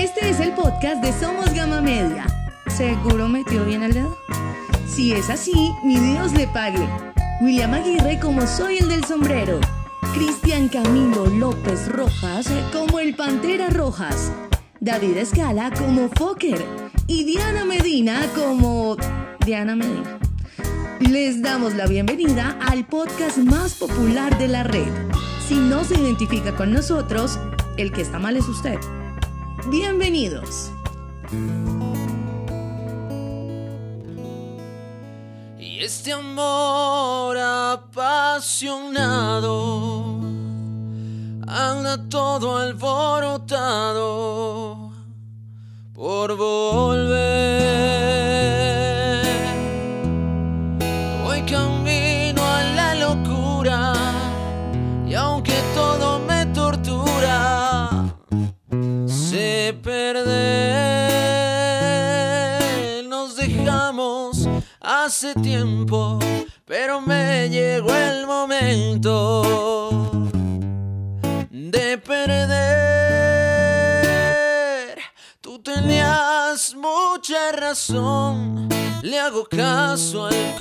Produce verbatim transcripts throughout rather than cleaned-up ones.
Este es el podcast de Somos Gama Media. ¿Seguro metió bien el dedo? Si es así, mi Dios le pague. William Aguirre como Soy el del Sombrero. Cristian Camilo López Rojas como el Pantera Rojas. David Escala como Fokker. Y Diana Medina como... Diana Medina. Les damos la bienvenida al podcast más popular de la red. Si no se identifica con nosotros, el que está mal es usted. Bienvenidos. Y este amor apasionado anda todo alborotado por volver. Voy camino a la locura y aunque todo me tortura, sé perder. Nos dejamos hace tiempo, pero me llegó el momento de perder. Tú tenías mucha razón, le hago caso al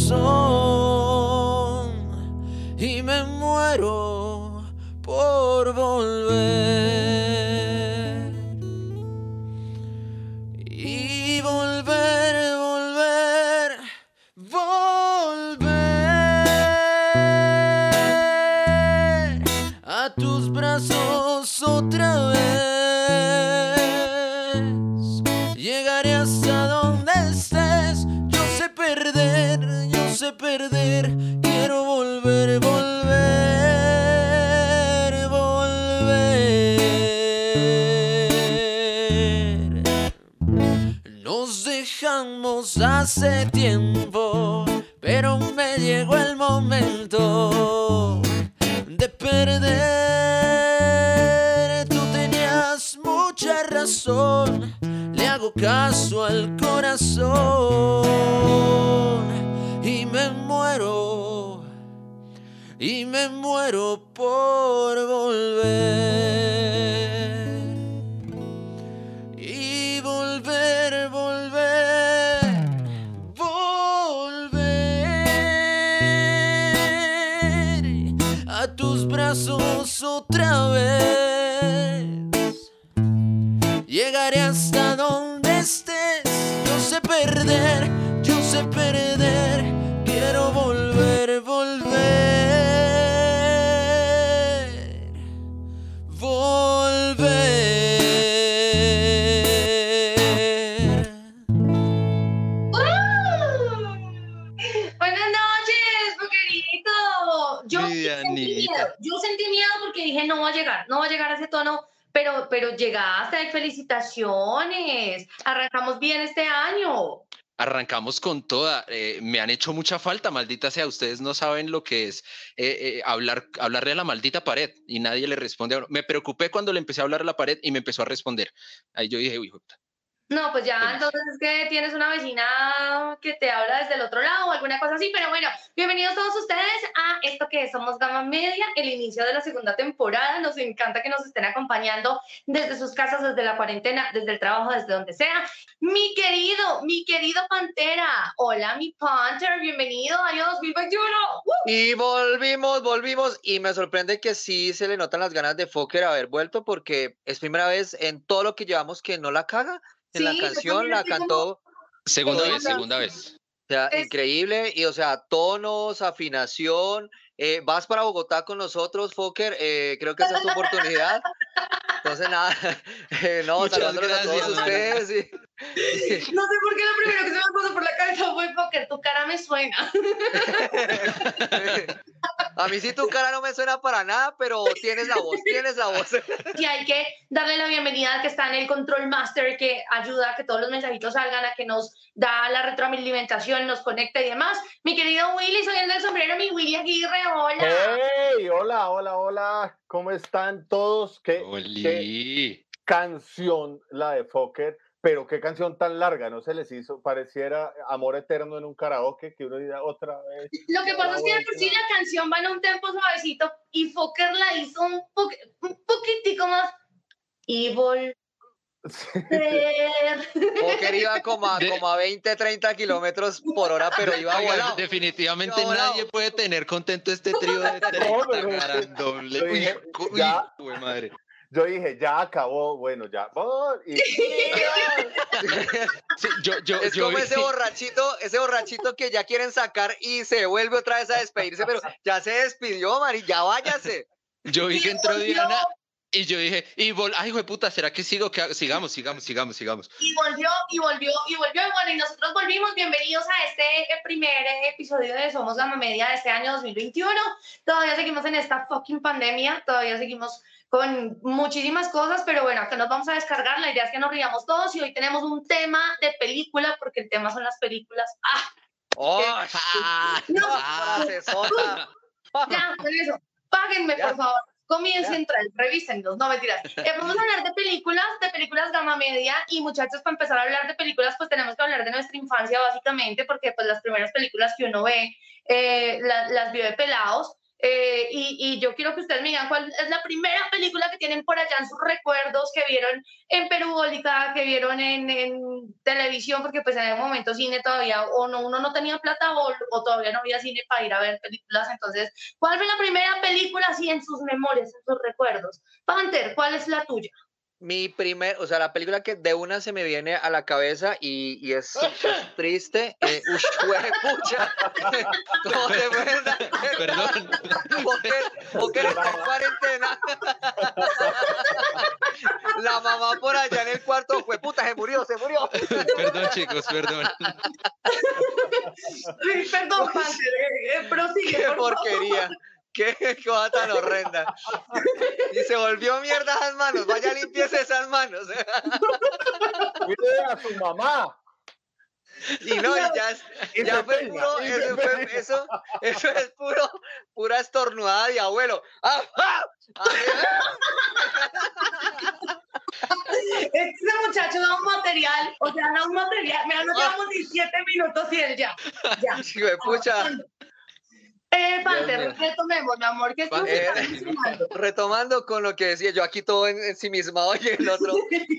corazón y me muero por volver. Y volver, volver, volver a tus brazos otra vez. Llegaré hasta donde estés. Yo sé perder, yo sé perder. Quiero volver, volver, volver. Nos dejamos hace tiempo, pero me llegó el momento de perder. Tú tenías mucha razón, le hago caso al corazón y me muero, y me muero por volver. Y volver, volver, volver a tus brazos otra vez. Llegaré hasta donde estés. Yo sé perder, yo sé perder. Quiero volver, volver, volver. Buenas noches, Foquerito. Yo Sí, sí sentí Anita. miedo. Yo sentí miedo porque dije, no va a llegar, no va a llegar a ese tono, pero, pero llegaste, felicitaciones. Arrancamos bien este año. Arrancamos con toda. Eh, me han hecho mucha falta, maldita sea. Ustedes no saben lo que es eh, eh, hablar, hablarle a la maldita pared y nadie le responde. a uno. Me preocupé cuando le empecé a hablar a la pared y me empezó a responder. Ahí yo dije, uy, puta. No, pues ya, Demasiado. entonces es que tienes una vecina que te habla desde el otro lado o alguna cosa así, pero bueno, bienvenidos todos ustedes a esto que es Somos Gama Media, el inicio de la segunda temporada. Nos encanta que nos estén acompañando desde sus casas, desde la cuarentena, desde el trabajo, desde donde sea. Mi querido, mi querido Pantera, hola mi Panther, bienvenido, año dos mil veintiuno. ¡Uh! Y volvimos, volvimos, y me sorprende que sí se le notan las ganas de Fokker haber vuelto, porque es primera vez en todo lo que llevamos que no la caga. En la Sí, yo canción también la estoy como- cantó, Segunda Segunda vez, segunda vez. o sea, Es- increíble, y o sea, tonos, afinación, eh, vas para Bogotá con nosotros, Fokker, eh, creo que esa es tu oportunidad. Entonces, nada, eh, no, Muchas saludándolos a todos gracias, man. ustedes. y- No sé por qué lo primero que se me pasó por la cabeza fue Fokker, tu cara me suena. A mí sí tu cara no me suena para nada, pero tienes la voz, tienes la voz. Y hay que darle la bienvenida al que está en el Control Master, que ayuda a que todos los mensajitos salgan, a que nos da la retroalimentación, nos conecta y demás. Mi querido Willy, soy el del sombrero, mi Willy Aguirre, hola. ¡Hey! Hola, hola, hola. ¿Cómo están todos? ¿Qué, qué Oli. canción la de Fokker? Pero qué canción tan larga, ¿no se les hizo? Pareciera Amor Eterno en un karaoke, que uno dirá otra vez. Lo que pasa la es que de por sí vuelta. la canción va en un tempo suavecito y Fokker la hizo un, po un poquitico más. Y vol Fokker iba como a, De- como a veinte, treinta kilómetros por hora, pero iba Oiga, volado. definitivamente Iba volado. nadie puede tener contento este trío de treinta pero es que garandoble. yo Uy, dije, cu- uy, ya- jue madre. Yo dije, ya acabó, bueno, ya. ¡Oh! Y, Sí, yo, yo, Es yo como vi- ese borrachito, ese borrachito que ya quieren sacar y se vuelve otra vez a despedirse, pero ya se despidió, Mari, ya váyase. yo vi que entró volvió. Diana y yo dije, y vol ay, hijo de puta, ¿será que sigo? Que hago? Sigamos, sigamos, sigamos, sigamos. Y volvió, y volvió, y volvió. Y bueno, y nosotros volvimos. Bienvenidos a este eh, primer eh, episodio de Somos Gama Media de este año dos mil veintiuno. Todavía seguimos en esta fucking pandemia, todavía seguimos con muchísimas cosas, pero bueno, acá nos vamos a descargar. La idea es que nos riamos todos y hoy tenemos un tema de película, porque el tema son las películas. ¡Ah! ¡Oh! Ah, No, frasezota! ya, con eso. Páguenme, Ya. por favor. Comiencen, Ya. entrar, revísenlos, no mentiras. Eh, vamos a hablar de películas, de películas gama media, y muchachos, para empezar a hablar de películas, pues tenemos que hablar de nuestra infancia, básicamente, porque pues las primeras películas que uno ve, eh, la- las vio de pelados, eh, y, y yo quiero que ustedes me digan cuál es la primera película que tienen por allá en sus recuerdos, que vieron en Perubólica, que vieron en, en televisión, porque pues en el momento cine todavía, o no, uno no tenía plata, o, o todavía no había cine para ir a ver películas, entonces, ¿cuál fue la primera película así en sus memorias, en sus recuerdos? Panther, ¿cuál es la tuya? Mi primer, o sea, la película que de una se me viene a la cabeza y, y es, es triste. Eh, ush, pucha. ¿Cómo te puedes dar cuenta? Perdón. Fokker, Fokker está en cuarentena. La mamá por allá en el cuarto, fue puta, se murió, se murió. Perdón, chicos, perdón. Ay, perdón, Panther, eh, eh, prosigue, Qué por favor. porquería. Qué cosa tan horrenda. Y se volvió mierda esas manos. Vaya, limpiese esas manos. Cuide a su mamá. Y no, y ya, es- Y ya se fue peina, puro, y eso, se fue- peina. eso, eso es puro, pura estornudada de abuelo. ¡Ah, ah! Este muchacho da un material, o sea, da un material. Mira, no llevamos ni siete minutos y él ya. Ya. Hijo de pucha. Eh, Panther, mío. retomemos, mi amor, que tú Eh, estás mencionando. Retomando con lo que decía yo aquí todo en- ensimismado y el otro.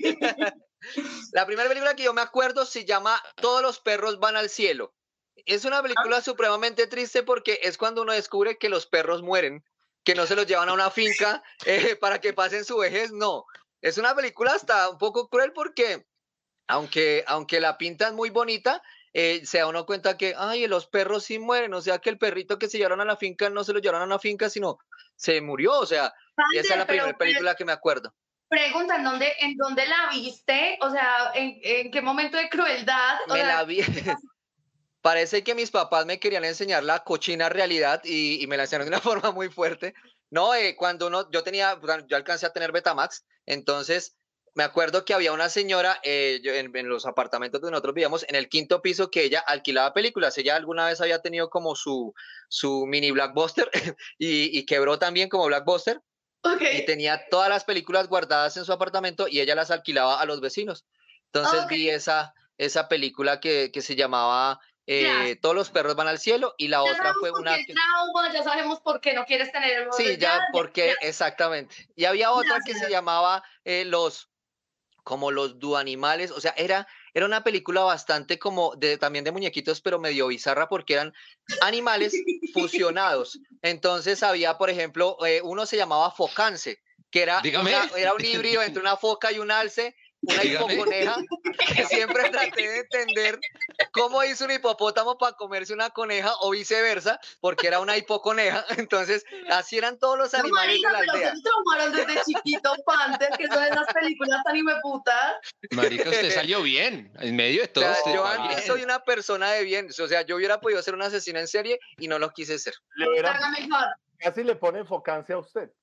La primera película que yo me acuerdo se llama Todos los perros van al cielo. Es una película supremamente triste porque es cuando uno descubre que los perros mueren, que no se los llevan a una finca eh, para que pasen su vejez. No, es una película hasta un poco cruel porque aunque, aunque la pintan muy bonita, eh, se da uno cuenta que, ay, los perros sí mueren, o sea que el perrito que se llevaron a la finca no se lo llevaron a una finca, sino se murió, o sea, y esa es la Panther, pero primera película que me acuerdo. pregunta, ¿en dónde, ¿en dónde la viste? O sea, ¿en, en qué momento de crueldad? O Me sea, la vi. Parece que mis papás me querían enseñar la cochina realidad y, y me la enseñaron de una forma muy fuerte. No, eh, cuando uno, yo tenía, bueno, yo alcancé a tener Betamax, entonces me acuerdo que había una señora eh, yo, en, en los apartamentos donde nosotros vivíamos, en el quinto piso, que ella alquilaba películas. Ella alguna vez había tenido como su, su mini Blockbuster y, y quebró también como Blockbuster. ok. Y tenía todas las películas guardadas en su apartamento y ella las alquilaba a los vecinos. Entonces Ok. vi esa, esa película que, que se llamaba eh, Ya. Todos los perros van al cielo y la Ya otra sabemos fue por una... qué el trauma, ya sabemos por qué no quieres tener el Sí, ya, porque ya. exactamente. Y había otra que se Gracias. llamaba eh, los como los duanimales, o sea, era, era una película bastante como de, también de muñequitos, pero medio bizarra porque eran animales fusionados. Entonces había, por ejemplo, eh, uno se llamaba Focance, que era, Dígame. una- era un híbrido entre una foca y un alce, una Dígame. hipoconeja, que siempre traté de entender cómo hizo un hipopótamo para comerse una coneja o viceversa, porque era una hipoconeja. Entonces, así eran todos los No, animales marica, de la pero aldea. se traumaron desde chiquito, Panther, que son esas películas tan hijueputas. Marica, usted salió bien. En medio de O todo, sea, usted yo va antes bien. soy una persona de bien. O sea, yo hubiera podido ser un asesino en serie y no lo quise ser. Le hubieran- Carga mejor. casi le pone enfocancia a usted.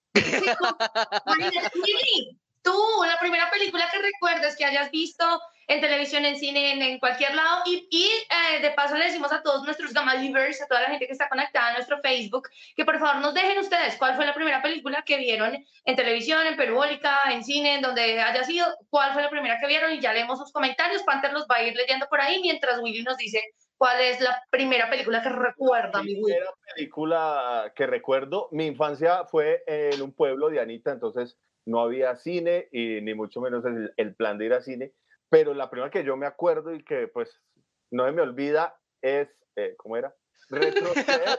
Marina, Willy, tú, la primera película que recuerdes que hayas visto en televisión, en cine, en, en cualquier lado, y, y eh, de paso le decimos a todos nuestros Gamalivers, a toda la gente que está conectada a nuestro Facebook, que por favor nos dejen ustedes cuál fue la primera película que vieron en televisión, en Perubólica, en cine, en donde haya sido, cuál fue la primera que vieron, y ya leemos sus comentarios. Panther los va a ir leyendo por ahí mientras Willy nos dice ¿cuál es la primera película que recuerda, La mi Will? primera película que recuerdo, mi infancia fue en un pueblo de Anita, entonces no había cine y ni mucho menos el, el plan de ir a cine, pero la primera que yo me acuerdo y que pues no se me olvida es, eh, ¿cómo era? Retroceder.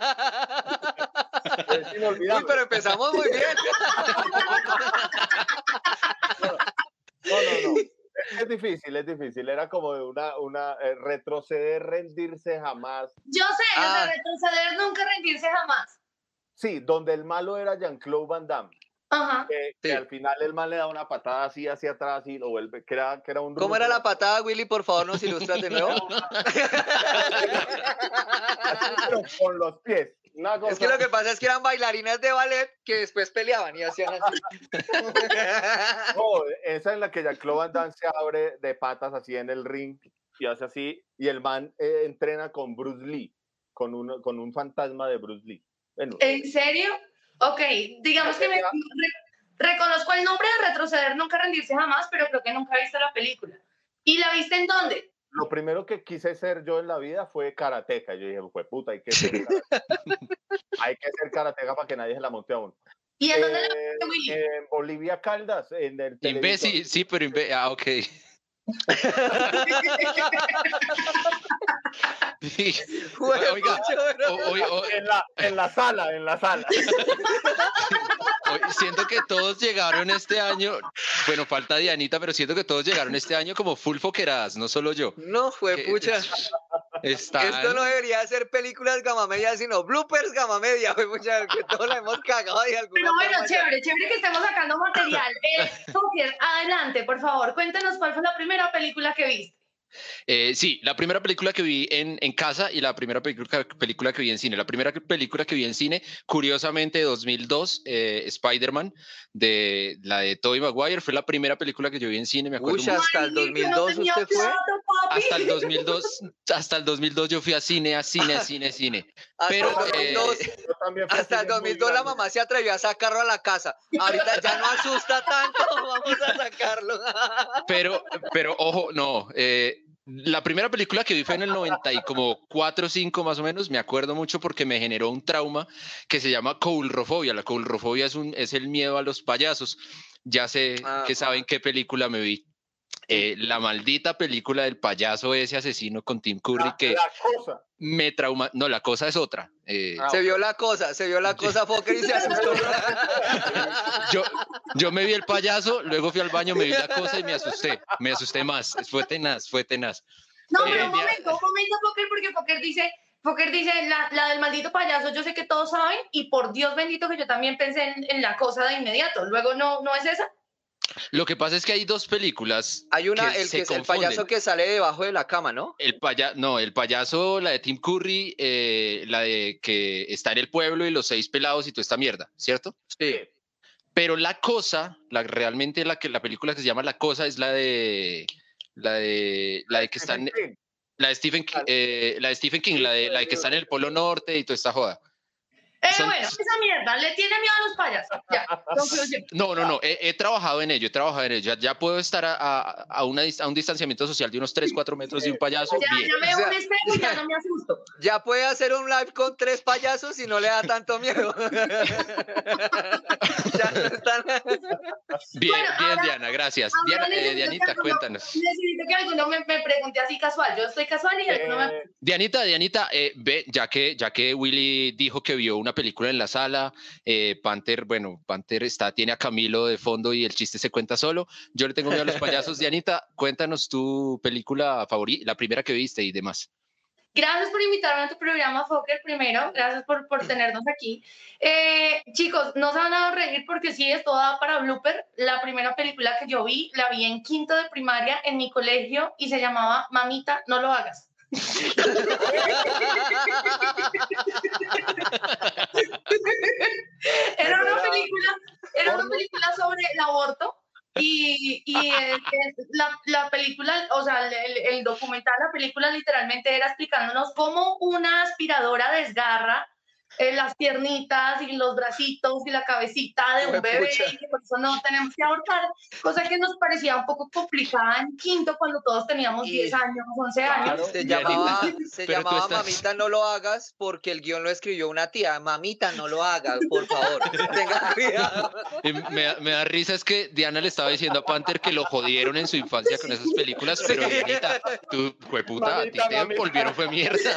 Es Uy, inolvidable. pero empezamos muy bien. No, no, no. Es difícil, es difícil. Era como de una, una eh, retroceder, rendirse jamás. Yo sé, o Ah. sea, retroceder, nunca rendirse jamás. Sí, donde el malo era Jean-Claude Van Damme. Ajá. Que, que Sí. al final el man le da una patada así hacia atrás y lo vuelve, que era, que era un ¿Cómo ruso. era la patada, Willy? Por favor, nos ilustras de nuevo. Así, pero con los pies. Una cosa, Es que lo que pasa es que eran bailarinas de ballet que después peleaban y hacían así. no, esa en la que Jean-Claude Van Damme se abre de patas así en el ring y hace así, y el man eh, entrena con Bruce Lee, con un, con un fantasma de Bruce Lee. Bueno, ¿En serio? Ok, digamos que me, re- reconozco el nombre de retroceder, nunca rendirse jamás, pero creo que nunca he visto la película. ¿Y la viste en dónde? lo primero que quise ser yo en la vida fue karateca. Yo dije, pues puta, hay que ser karateca. hay que ser karateca para que nadie se la monte a uno. ¿Y en dónde la Eh, viste, Willy? en Bolivia Caldas, en el televisor. Imbécil, sí, pero imbécil. Ah, ok. Sí. Jue- Oiga, pucho, o- o- o- En la, en la sala, en la sala. o- siento que todos llegaron este año, bueno, falta Dianita, pero siento que todos llegaron este año como full foqueradas, no solo yo. No, fue Que- pucha. Están- Esto no debería ser películas gama media, sino bloopers gama media. Fue pucha, que todos la hemos cagado de alguna Pero bueno, forma ya. chévere, chévere que estemos sacando material. Eh, Fokker, adelante, por favor, cuéntanos cuál fue la primera película que viste. Eh, sí, la primera película que vi en, en casa y la primera película, película que vi en cine. La primera que- película que vi en cine, curiosamente, dos mil dos, eh, Spider-Man, de la de Tobey Maguire, fue la primera película que yo vi en cine, me acuerdo Uy, mucho. hasta el Marica, dos mil no dos tenía usted fue. plata, papi. Hasta el dos mil dos, hasta el dos mil dos yo fui a cine, a cine, a cine, a cine. Hasta Pero, el dos mil dos, eh, Yo también fui hasta así el de dos muy mil dos la grande. mamá se atrevió a sacarlo a la casa. Ahorita ya no asusta tanto, vamos a sacarlo. Pero, pero ojo, no. eh, la primera película que vi fue en el noventa y como cuatro o cinco más o menos. Me acuerdo mucho porque me generó un trauma que se llama coulrofobia. La coulrofobia es, un, es el miedo a los payasos. Ya sé Ah, que saben qué película me vi. Eh, la maldita película del payaso ese asesino con Tim Curry La, que la cosa. me trauma. No, la cosa es otra. Eh, Ah, Se vio la cosa, se vio la cosa, Fokker, y se asustó. yo, yo me vi el payaso, luego fui al baño, me vi la cosa y me asusté. Me asusté más. Fue tenaz, fue tenaz. No, Eh, pero un mira- momento, un momento, Fokker, porque Fokker dice, Fokker dice, la, la del maldito payaso, yo sé que todos saben, y por Dios bendito que yo también pensé en, en la cosa de inmediato. Luego, ¿no, no es esa? Lo que pasa es que hay dos películas. Hay una, que el se que es el confunden. payaso que sale debajo de la cama, ¿no? El paya, no, el payaso, la de Tim Curry, eh, la de que está en el pueblo y los seis pelados y toda esta mierda, ¿cierto? Sí. Pero la cosa, la, realmente la que la película que se llama La Cosa es la de la de la de que está en, Stephen King. la de Stephen King, eh, la de Stephen King, la de la de que está en el Polo Norte y toda esta joda. Eh, Son- bueno, esa mierda, le tiene miedo a los payasos. Ya, conclusión. No, no, no, he, he trabajado en ello, he trabajado en ello. Ya, ya puedo estar a, a, a una, dis- a un distanciamiento social de unos tres, cuatro metros de un payaso. Ya, Bien. ya veo O sea, un espejo y ya no me asusto. Ya puede hacer un live con tres payasos y no le da tanto miedo. Ya no están- Bien, Bueno, bien, ahora- Diana, gracias. ahora Diana, eh, necesito que Dianita, alguno- cuéntanos. Necesito que alguno me, me pregunte así casual. Yo estoy casual y alguno me... Eh, Dianita, Dianita, eh, ve, ya que, ya que Willy dijo que vio una película en la sala, eh, Panther, bueno, Panther está, tiene a Camilo de fondo y el chiste se cuenta solo. Yo le tengo miedo a los payasos. Dianita, cuéntanos tu película favorita, la primera que viste y demás. Gracias por invitarme a tu programa, Fokker, primero. Gracias por, por tenernos aquí. Eh, chicos, no se van a reír porque sí, esto da para blooper. La primera película que yo vi, la vi en quinto de primaria en mi colegio y se llamaba Mamita, no lo hagas. Era una película, era una película sobre el aborto y, y eh, eh, la, la película, o sea, el, el documental, la película literalmente era explicándonos cómo una aspiradora desgarra eh, las piernitas y los bracitos y la cabecita de un bebé, y que por eso no tenemos que ahorcar, cosa que nos parecía un poco complicada en quinto cuando todos teníamos Y- diez años, once Claro. años. Se Dianita, llamaba, se pero tú llamaba estás- Mamita no lo hagas porque el guión lo escribió una tía. Mamita no lo hagas, por favor. Tenga cuidado. Y me, da- me da risa es que Diana le estaba diciendo a Panther que lo jodieron en su infancia con esas películas, pero Dianita, tú, jueputa, a ti Mamita, te mamita. volvieron fue mierda.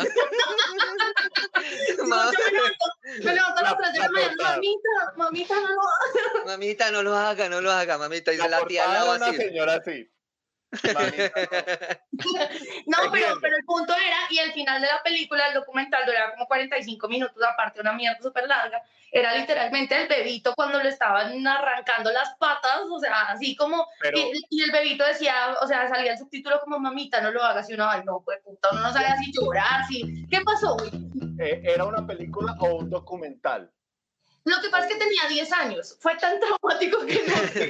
Ma- Yo me levanto, me levanto a las La- tres de la la mañana, portada. mamita, mamita, no lo hagas. Mamita no lo haga, no lo haga, mamita. Dice La la tía al portada lado era una así. señora así. Mamita, No, pero, Entiendo. pero el punto era, y el final de la película, el documental duraba como cuarenta y cinco minutos, aparte una mierda súper larga, era literalmente el bebito cuando le estaban arrancando las patas, o sea, así como, Pero- y, y el bebito decía, o sea, salía el subtítulo como, mamita, no lo hagas, y uno, ay, no, pues puta, uno no sabía si llorar, si, ¿qué pasó? eh, ¿era una película o un documental? Lo que pasa es que tenía diez años, fue tan traumático que no sé.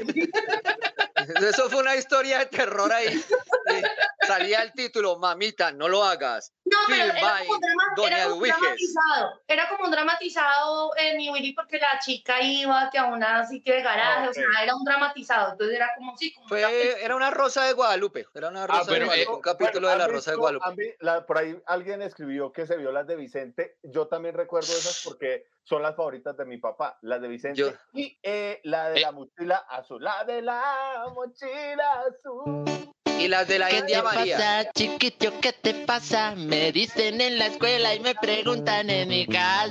Eso fue una historia de terror ahí. Sí. Salía el título, mamita, no lo hagas. No, pero Film era by como, un drama, Doña era como un Eduviges. dramatizado. Era como un dramatizado en mi Willy porque la chica iba que a una sitio de garaje, Ah, o sea, ok. era un dramatizado. Entonces era como, sí, como una Fue, era una Rosa de Guadalupe. Era una Rosa de bueno, Guadalupe, eh, un capítulo Bueno, de la ¿han Rosa de visto- Guadalupe. han vi- la- por ahí alguien escribió que se vio las de Vicente. Yo también recuerdo esas porque son las favoritas de mi papá. Las de Vicente Yo- y eh, la de Eh. la mochila azul. La de la mochila azul. Y las de la ¿Qué India te María. pasa, chiquito? ¿Qué te pasa? Me dicen en la escuela y me preguntan en mi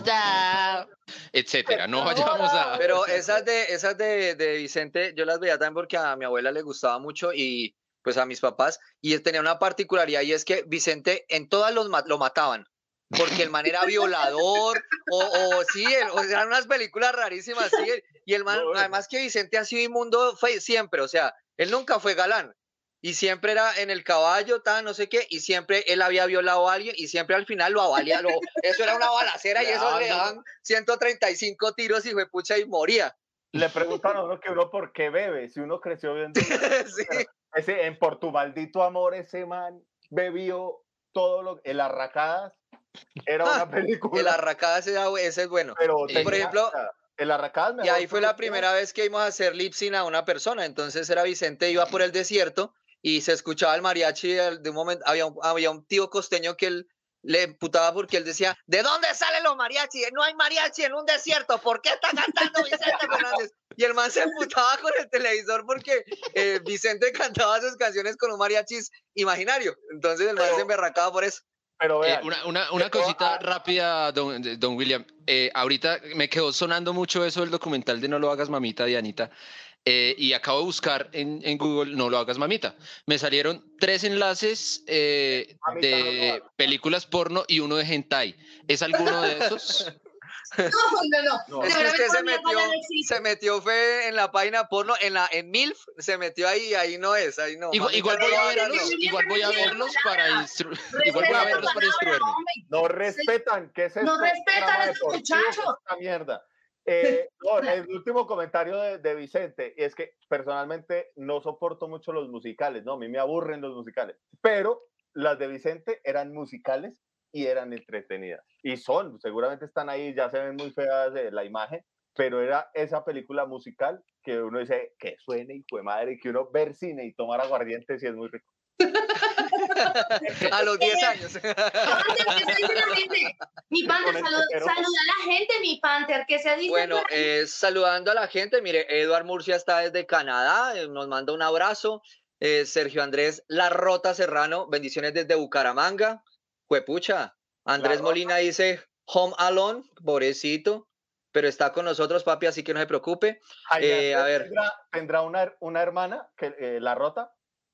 casa. Etcétera. No vayamos a. Pero esas de esas de, de Vicente, yo las veía también porque a mi abuela le gustaba mucho y pues a mis papás. Y tenía una particularidad y es que Vicente en todas los ma- lo mataban. Porque el man era violador, o, o sí, el- o eran unas películas rarísimas, sí. Y el man, No, además que Vicente ha sido inmundo fue siempre, o sea, él nunca fue galán. Y siempre era en el caballo, tal, no sé qué, y siempre él había violado a alguien y siempre al final lo avalía, lo, eso era una balacera y eso le Claro. daban ciento treinta y cinco tiros y fue pucha y moría. Le preguntan a uno que uno por qué bebe, si uno creció viendo Sí. ese, en Por tu maldito amor, ese man bebió todo lo el Arracadas era una película. El arracada ese, ese es bueno. pero Eh, tenía- por ejemplo, o sea, el Arracadas Y ahí fue la primera vez que íbamos a hacer lip sync a una persona. Entonces era Vicente, iba por el desierto y se escuchaba el mariachi. el- De un momento había un, había un tío costeño que él le emputaba porque él decía: ¿de dónde salen los mariachis? No hay mariachi en un desierto. ¿Por qué está cantando Vicente Fernández? Y el man se emputaba con el televisor porque eh, Vicente cantaba sus canciones con un mariachis imaginario. Entonces el man Pero- se emberracaba por eso. Pero Eh, vean, una, una, una llegó cosita a- rápida, don, de- don William. Eh, ahorita me quedó sonando mucho eso del documental de No lo hagas mamita, Dianita. Eh, y acabo de buscar en, en Google No lo hagas mamita. Me salieron tres enlaces eh, Mamita, no lo de hagas. películas porno y uno de hentai. ¿Es alguno de esos? No, no, no. No. Es que Seguramente usted se mi hermana metió, no existe. se metió fue en la página porno, en la en MILF, se metió ahí, ahí no es, ahí no. Igual, mamita, igual no voy lo a hagas, verlos, no. igual voy a verlos para instru- igual voy a verlos para instruirme. no respetan, ¿qué es esto? No Un respetan programa a estos deportivo, muchachos. esta mierda. Eh, no, el último comentario de, de Vicente es que personalmente no soporto mucho los musicales, no, a mí me aburren los musicales, pero las de Vicente eran musicales y eran entretenidas. Y son, seguramente están ahí, ya se ven muy feas de la imagen, pero era esa película musical que uno dice que suene y fue madre, y que uno ver cine y tomar aguardiente sí es muy rico. A los diez años. Panther, ¿qué se dice la gente? Mi Panther, Con el saluda, coquero. saluda a la gente, mi Panther, ¿qué se dice? Bueno, por ahí? eh, saludando a la gente, mire, Eduard Murcia está desde Canadá, eh, nos manda un abrazo. Eh, Sergio Andrés La Rota Serrano, bendiciones desde Bucaramanga. Juepucha. Andrés La Rota. Molina dice Home Alone, pobrecito, pero está con nosotros, papi, así que no se preocupe. Jaime Eh, a Andrés ver. tendrá, tendrá una, una hermana que eh, la rota.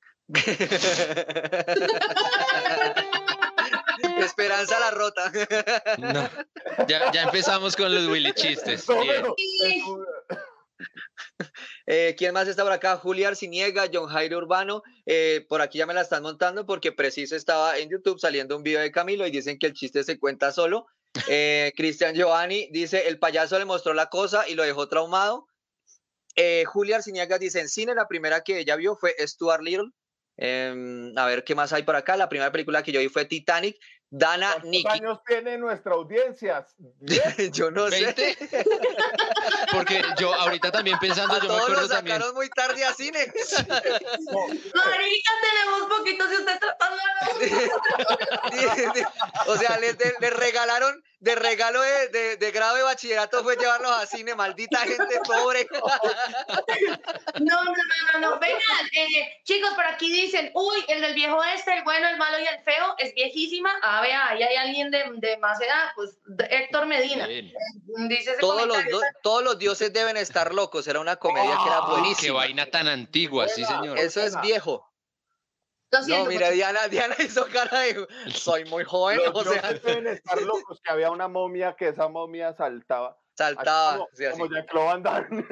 Esperanza La Rota. No. Ya, ya empezamos con los Willy chistes. No, Bien. pero Sí. es un- Eh, ¿Quién más está por acá? Julia Arciniega, John Jairo Urbano. Eh, por aquí ya me la están montando porque preciso estaba en YouTube saliendo un video de Camilo y dicen que el chiste se cuenta solo. Eh, Cristian Giovanni dice: el payaso le mostró la cosa y lo dejó traumado. Eh, Julia Arciniega dice: en cine la primera que ella vio fue Stuart Little. Eh, a ver qué más hay por acá. La primera película que yo vi fue Titanic. Dana ¿Cuántos Nikki. años tiene nuestra audiencia? ¿diez? Yo no sé. ¿veinte? Porque yo ahorita también pensando, A yo me todos acuerdo los también. sacaron muy tarde a cine. No, Marica, tenemos poquitos y usted tratando de... O sea, les, de- les regalaron, de regalo de, de, de grado de bachillerato fue llevarlos a cine, maldita gente pobre. No, no, no, no, no. Vengan, eh, chicos, por aquí dicen, uy, el del viejo este, el bueno, el malo y el feo, es viejísima. Ah, vea, ahí hay alguien de, de más edad, pues de Héctor Medina. Bien. Dice ese Todos los, comentario. do- todos los dioses deben estar locos. Era una comedia que era Uy, qué buenísima. vaina tan antigua, sí, señor. Eso es viejo. Lo siento, No, mira, muchachos. Diana, Diana hizo cara de soy muy joven. los O sea, dioses deben estar locos, que había una momia que esa momia saltaba. así saltaba. Como, sí, así. como Jean-Claude Van Damme.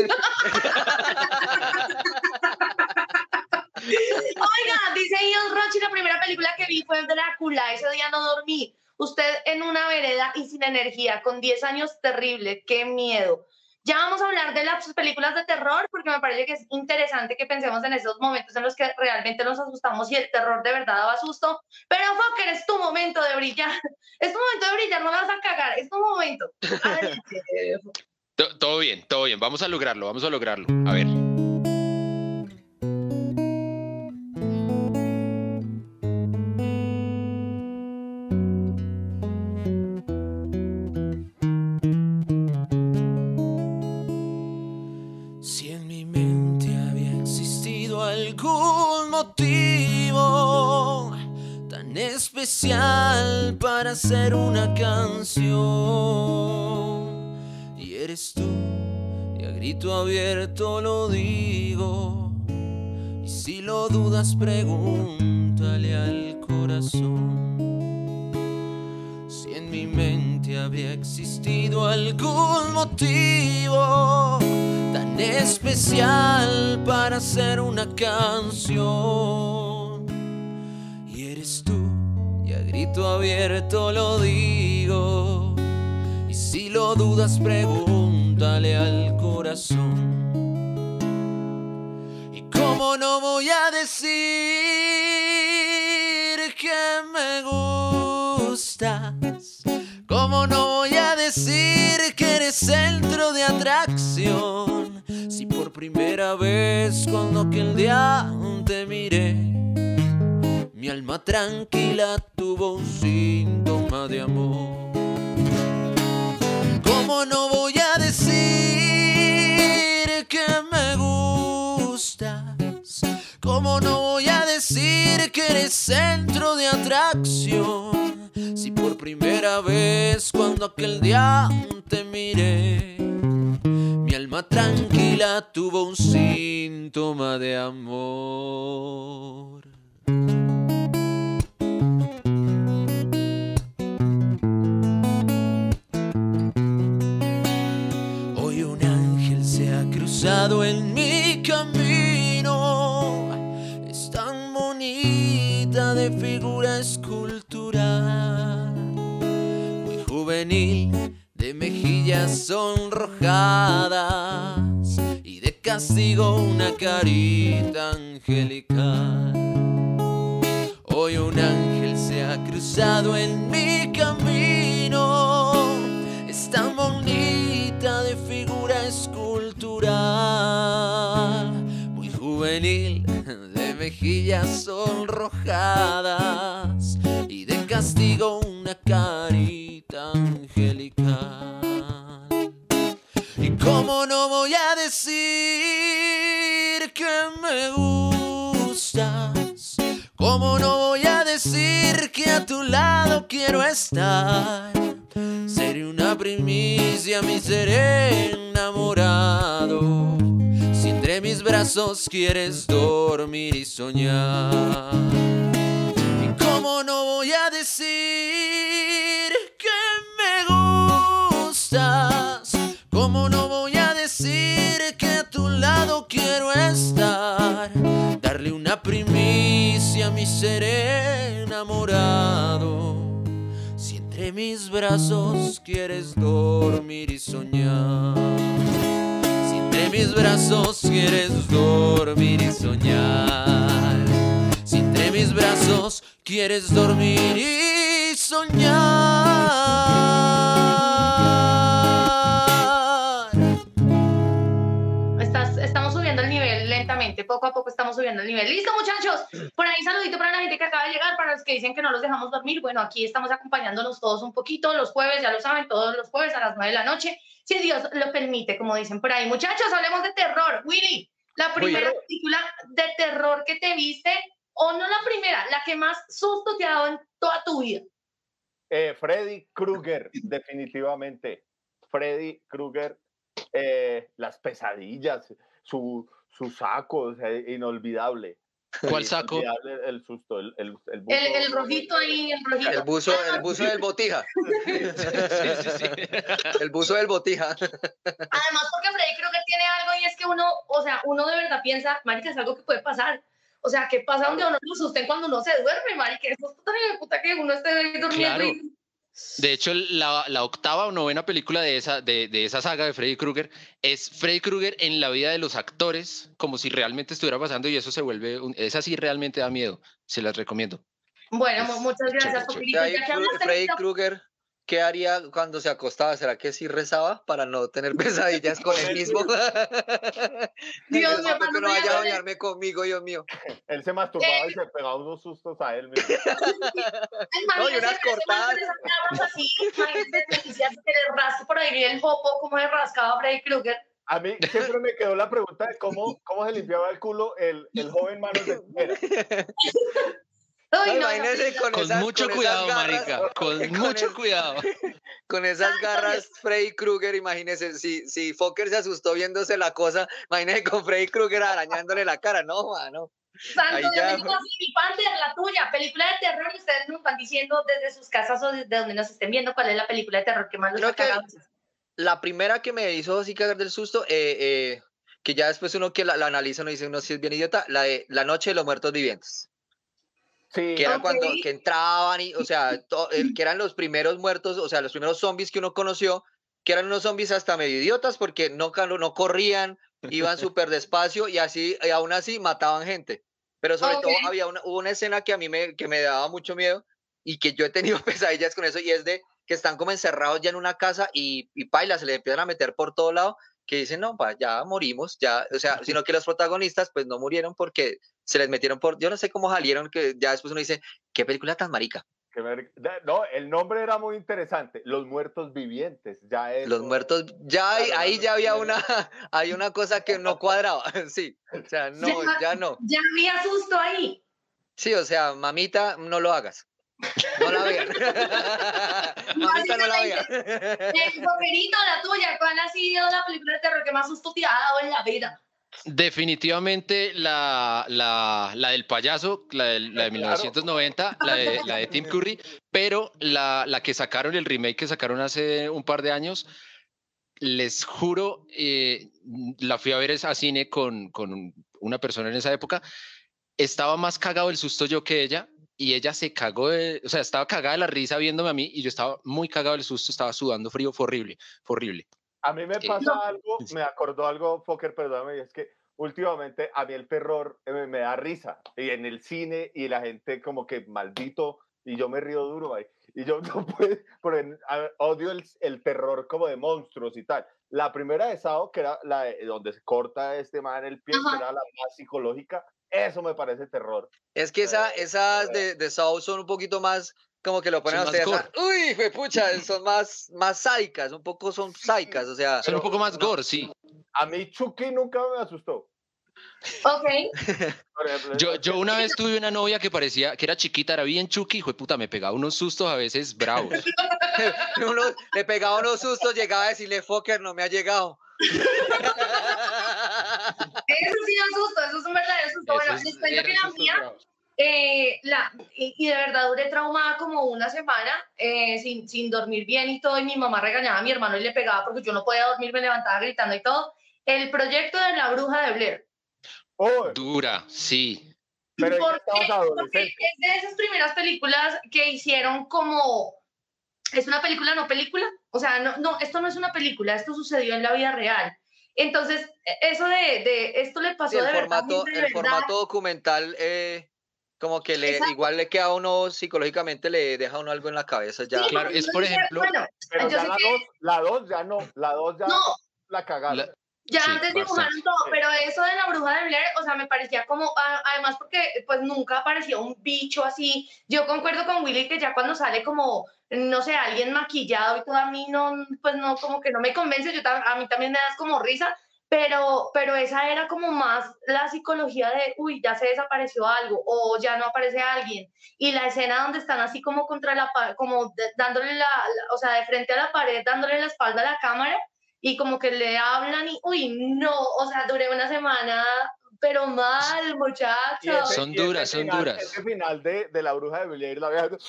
Oiga, dice Ian Rochi, la primera película que vi fue Drácula, ese día no dormí. Usted en una vereda y sin energía, con diez años, terrible, qué miedo. Ya vamos a hablar de las películas de terror, porque me parece que es interesante que pensemos en esos momentos en los que realmente nos asustamos y el terror de verdad daba susto. Pero, Fokker, es tu momento de brillar. Es tu momento de brillar, no me vas a cagar, es tu momento. Adelante. To- Todo bien, todo bien. Vamos a lograrlo, vamos a lograrlo. A ver. Si en mi mente había existido algún motivo tan especial para hacer una canción, y eres tú, y a grito abierto lo digo, y si lo dudas pregúntale al corazón. Si en mi mente había existido algún motivo tan especial para hacer una canción, y eres tú, y a grito abierto lo digo, y si lo dudas pregúntale al corazón. Y cómo no voy a decir que me gustas, cómo no voy a decir que eres centro de atracción, si por primera vez cuando aquel día te miré, mi alma tranquila tuvo un síntoma de amor. ¿Cómo no voy a decir que me gustas? ¿Cómo no voy a decir que eres centro de atracción, si por primera vez cuando aquel día te miré, mi alma tranquila tuvo un síntoma de amor? Hoy un ángel se ha cruzado en mi camino, es tan bonita de figura escultural, muy juvenil, de mejillas sonrojadas y de castigo una carita angelical. Hoy un ángel se ha cruzado en mi camino, es tan bonita de figura escultural, muy juvenil, de mejillas sonrojadas y de castigo una carita angelical. Y cómo no voy a decir que me gustas, cómo no voy a decir que a tu lado quiero estar. Seré una primicia, mi ser enamorado, si entre mis brazos quieres dormir y soñar. Y cómo no voy a decir que me gustas, cómo no voy a decir que a tu lado quiero estar. Darle una primicia a mi ser enamorado, si entre mis brazos quieres dormir y soñar. Si entre mis brazos quieres dormir y soñar. Si entre mis brazos quieres dormir y soñar. Estás, estamos subiendo el nivel lentamente, poco a poco estamos subiendo el nivel. ¡Listo, muchachos! Por ahí saludito para la gente que acaba de llegar, para los que dicen que no los dejamos dormir. Bueno, aquí estamos acompañándonos todos un poquito, los jueves, ya lo saben, todos los jueves a las nueve de la noche, si Dios lo permite, como dicen por ahí. Muchachos, hablemos de terror. Willy, la primera película de terror que te viste, o no la primera, la que más susto te ha dado en toda tu vida. Eh, Freddy Krueger, definitivamente. Freddy Krueger, eh, las pesadillas, su, su saco, o sea, inolvidable. ¿Cuál saco? Inolvidable el susto, el, el, el, buzo, El, el rojito ahí, el rojito. El buzo, el buzo del botija. Sí, sí, sí. El buzo del botija. Además, porque Freddy creo que tiene algo y es que uno, o sea, uno de verdad piensa, marica, es algo que puede pasar. O sea, ¿qué pasa donde uno lo asusten cuando uno se duerme, marica? Eso es tan hijo de puta que uno esté durmiendo. Claro. Y... De hecho, la, la octava o novena película de esa, de, de esa saga de Freddy Krueger es Freddy Krueger en la vida de los actores, como si realmente estuviera pasando, y eso se vuelve, un, esa sí realmente da miedo, se las recomiendo. Bueno, Es muchas gracias, Popirito. Freddy, Ya que hablaste Freddy de- Krueger, ¿qué haría cuando se acostaba? ¿Será que sí rezaba para no tener pesadillas con él mismo? Dios mío, que cuando no me vaya a llaman- bañarme conmigo, Dios mío. Él se masturbaba y se pegaba unos sustos a él mismo. No, y unas Imagínese que ese man cortadas. con esas garras así, imagínese delicias que le rasque por ahí el jopo, como le rascaba a Freddy Krueger. A mí siempre me quedó la pregunta de cómo, cómo se limpiaba el culo el, el joven manos de tijera. No, Uy, no, imagínese no, con, Con esas, mucho con cuidado, esas garras, marica, con con mucho es- cuidado. Con esas garras, Freddy Krueger, imagínese, si, si Fokker se asustó viéndose la cosa, imagínese con Freddy Krueger arañándole la cara, no, mano. Santo Ahí Dios, ya- me dijo así, mi Panther, la tuya, película de terror, y ustedes nos van diciendo desde sus casas o desde donde nos estén viendo cuál es la película de terror que más los Creo ha que- cagado. La primera que me hizo así cagar del susto, eh, eh, que ya después uno que la, la analiza, uno dice, uno si es bien idiota, la de La Noche de los Muertos Vivientes. Sí, Que era Ok. cuando que entraban y, o sea, to- el, que eran los primeros muertos, o sea, los primeros zombies que uno conoció, que eran unos zombies hasta medio idiotas porque no, ca- no corrían, iban súper despacio y así, y aún así mataban gente. Pero sobre Ok. todo había una, hubo una escena que a mí me, que me daba mucho miedo y que yo he tenido pesadillas con eso, y es de que están como encerrados ya en una casa y, y paila, se le empiezan a meter por todo lado, que dicen, no, pa, ya morimos, ya, o sea, sino que los protagonistas pues no murieron porque se les metieron por, yo no sé cómo salieron, que ya después uno dice, qué película tan marica, que ver- da- no, el nombre era muy interesante. Los muertos vivientes. Ya eso, los muertos, ya ahí, Claro, ahí no, ya había no. una, hay una cosa que no cuadraba, sí, o sea, no, Ya- ya no, Ya había susto ahí. sí, o sea, mamita, no lo hagas, no la vean, mamita, no la vean. Eh, Boquerito, la tuya, ¿cuál ha sido la película de terror que más susto te ha dado en la vida? Definitivamente la, la, la del payaso, la, del- la de mil novecientos noventa, la de, la de Tim Curry, pero la, la que sacaron, el remake que sacaron hace un par de años, les juro, eh, la fui a ver a cine con, con un- una persona en esa época, estaba más cagado del susto yo que ella, y ella se cagó de, o sea, estaba cagada de la risa viéndome a mí, y yo estaba muy cagado del susto, estaba sudando frío, fue horrible, fue horrible. a mí me Eh, pasa no. algo, me acordó algo, Fokker, perdóname, y es que últimamente a mí el terror eh, me, me da risa. Y en el cine y la gente como que maldito, y yo me río duro ahí. Y yo no puedo, porque a- odio el, el terror como de monstruos y tal. La primera de Sao, que era la de- donde se corta este man el pie, Ajá. que era la más psicológica, eso me parece terror. Es que esa, Eh, esas de, de Saw son un poquito más, como que lo ponen a Son más ustedes, gore. a- uy, pucha, son más, más sádicas, un poco son sádicas, o sea, Son un Pero poco más no. gore, sí. A mí Chucky nunca me asustó. Ok. Por ejemplo, Yo, es yo que- una vez tuve una novia que parecía que era chiquita, era bien chuki, hijo de puta, me pegaba unos sustos a veces bravos. uno le pegaba unos sustos, llegaba a decirle, Fokker, no me ha llegado. Eso sí da susto, eso es un verdadero susto. Bueno, Esos les cuento que eran la sustos mía, bravos. eh, la, y, y de verdad duré traumada como una semana, eh, sin, sin dormir bien y todo, y mi mamá regañaba a mi hermano y le pegaba porque yo no podía dormir, me levantaba gritando y todo. El proyecto de la bruja de Blair. Oh, Dura, sí. pero es que ¿Por qué? estabas Porque adolescente. es de esas primeras películas que hicieron como... Es una película, no película. O sea, no, no, esto no es una película, esto sucedió en la vida real. Entonces, e- eso de, de esto le pasó Sí, el de verdad, formato, gente, de el verdad. formato documental, eh, como que le Exacto. igual le queda a uno psicológicamente, le deja a uno algo en la cabeza ya. Sí, Claro, porque es yo por dije, ejemplo- bueno, Pero yo ya sé la que dos, la dos ya no, la dos ya no, la cagaron. La- ya Sí, antes bastante. dibujaron todo, Sí. pero eso de la bruja de Blair, o sea, me parecía como, a- además porque pues nunca aparecía un bicho así. Yo concuerdo con Willy que ya cuando sale como, no sé, alguien maquillado y todo, a mí no, pues no, como que no me convence, yo tam- a mí también me das como risa, pero, pero esa era como más la psicología de, uy, ya se desapareció algo, o ya no aparece alguien. Y la escena donde están así como contra la, pa- como de- dándole la, la- o sea, de frente a la pared, dándole la espalda a la cámara, y como que le hablan y, uy, no, o sea, duré una semana, pero mal, Y muchachos. ese, Son y ese duras, son final, duras. ese final de, de la bruja de Blair, la vieja,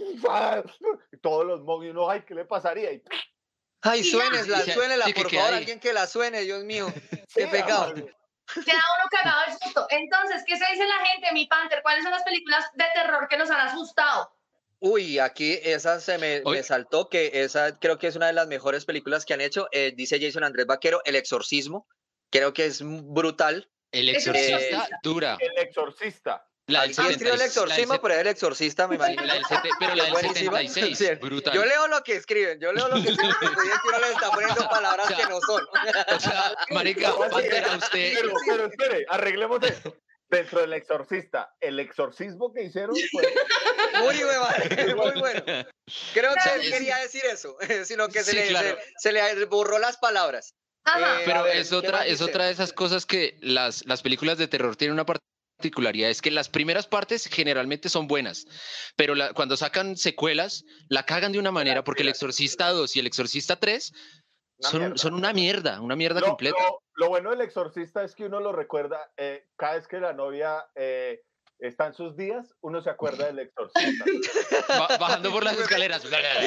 y todos los monstruos, y uno, ay, ¿qué le pasaría? Y, Ay, Y ya. suénesla, Sí, que- suénela, sí, que por queda favor, ahí. alguien que la suene, Dios mío. sí, Qué pecado. además, Queda uno cagado de susto. Entonces, ¿qué se dice la gente, mi Panther? ¿Cuáles son las películas de terror que los han asustado? Uy, aquí esa se me, Oye. me saltó, que esa creo que es una de las mejores películas que han hecho. Eh, dice Jason Andrés Vaquero, El Exorcismo. Creo que es m- brutal. El Es el exorcista exorcista. dura. el exorcista. La del Aquí escribió El setenta y seis, la del Exorcismo, set- pero es El Exorcista, me sí, imagino. la del sete- pero la Es del buenísima. setenta y seis, Sí. brutal. Yo leo lo que escriben, yo leo lo que escriben, porque es que uno le está poniendo palabras O sea, que no son. O sea, marica, ¿Cómo así? Panther, a usted... Pero, pero espere, arreglemos esto. Dentro del exorcista, el exorcismo que hicieron fue Muy bueno, muy bueno. Creo que él Sí. quería decir eso, sino que se, Sí, le, claro. se, se le borró las palabras. Ajá. Eh, a Pero ver, es ¿qué otra, más es dice? otra de esas cosas que las, las películas de terror tienen una particularidad, es que las primeras partes generalmente son buenas, pero la- cuando sacan secuelas, la cagan de una manera, porque El Exorcista dos y El Exorcista tres una son, mierda. son una mierda, una mierda Lo, completa. lo- lo bueno del exorcista es que uno lo recuerda eh, cada vez que la novia eh, está en sus días, uno se acuerda del exorcista. Ba- bajando por las escaleras.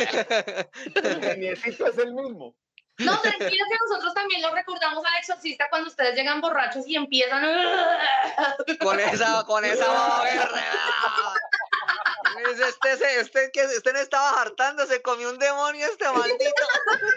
El geniecito es el mismo. No, tranquilo que nosotros también lo recordamos al exorcista cuando ustedes llegan borrachos y empiezan. Con esa, con esa baba verde. Dice, Este, se- este, que este no estaba hartando, se comió un demonio este maldito.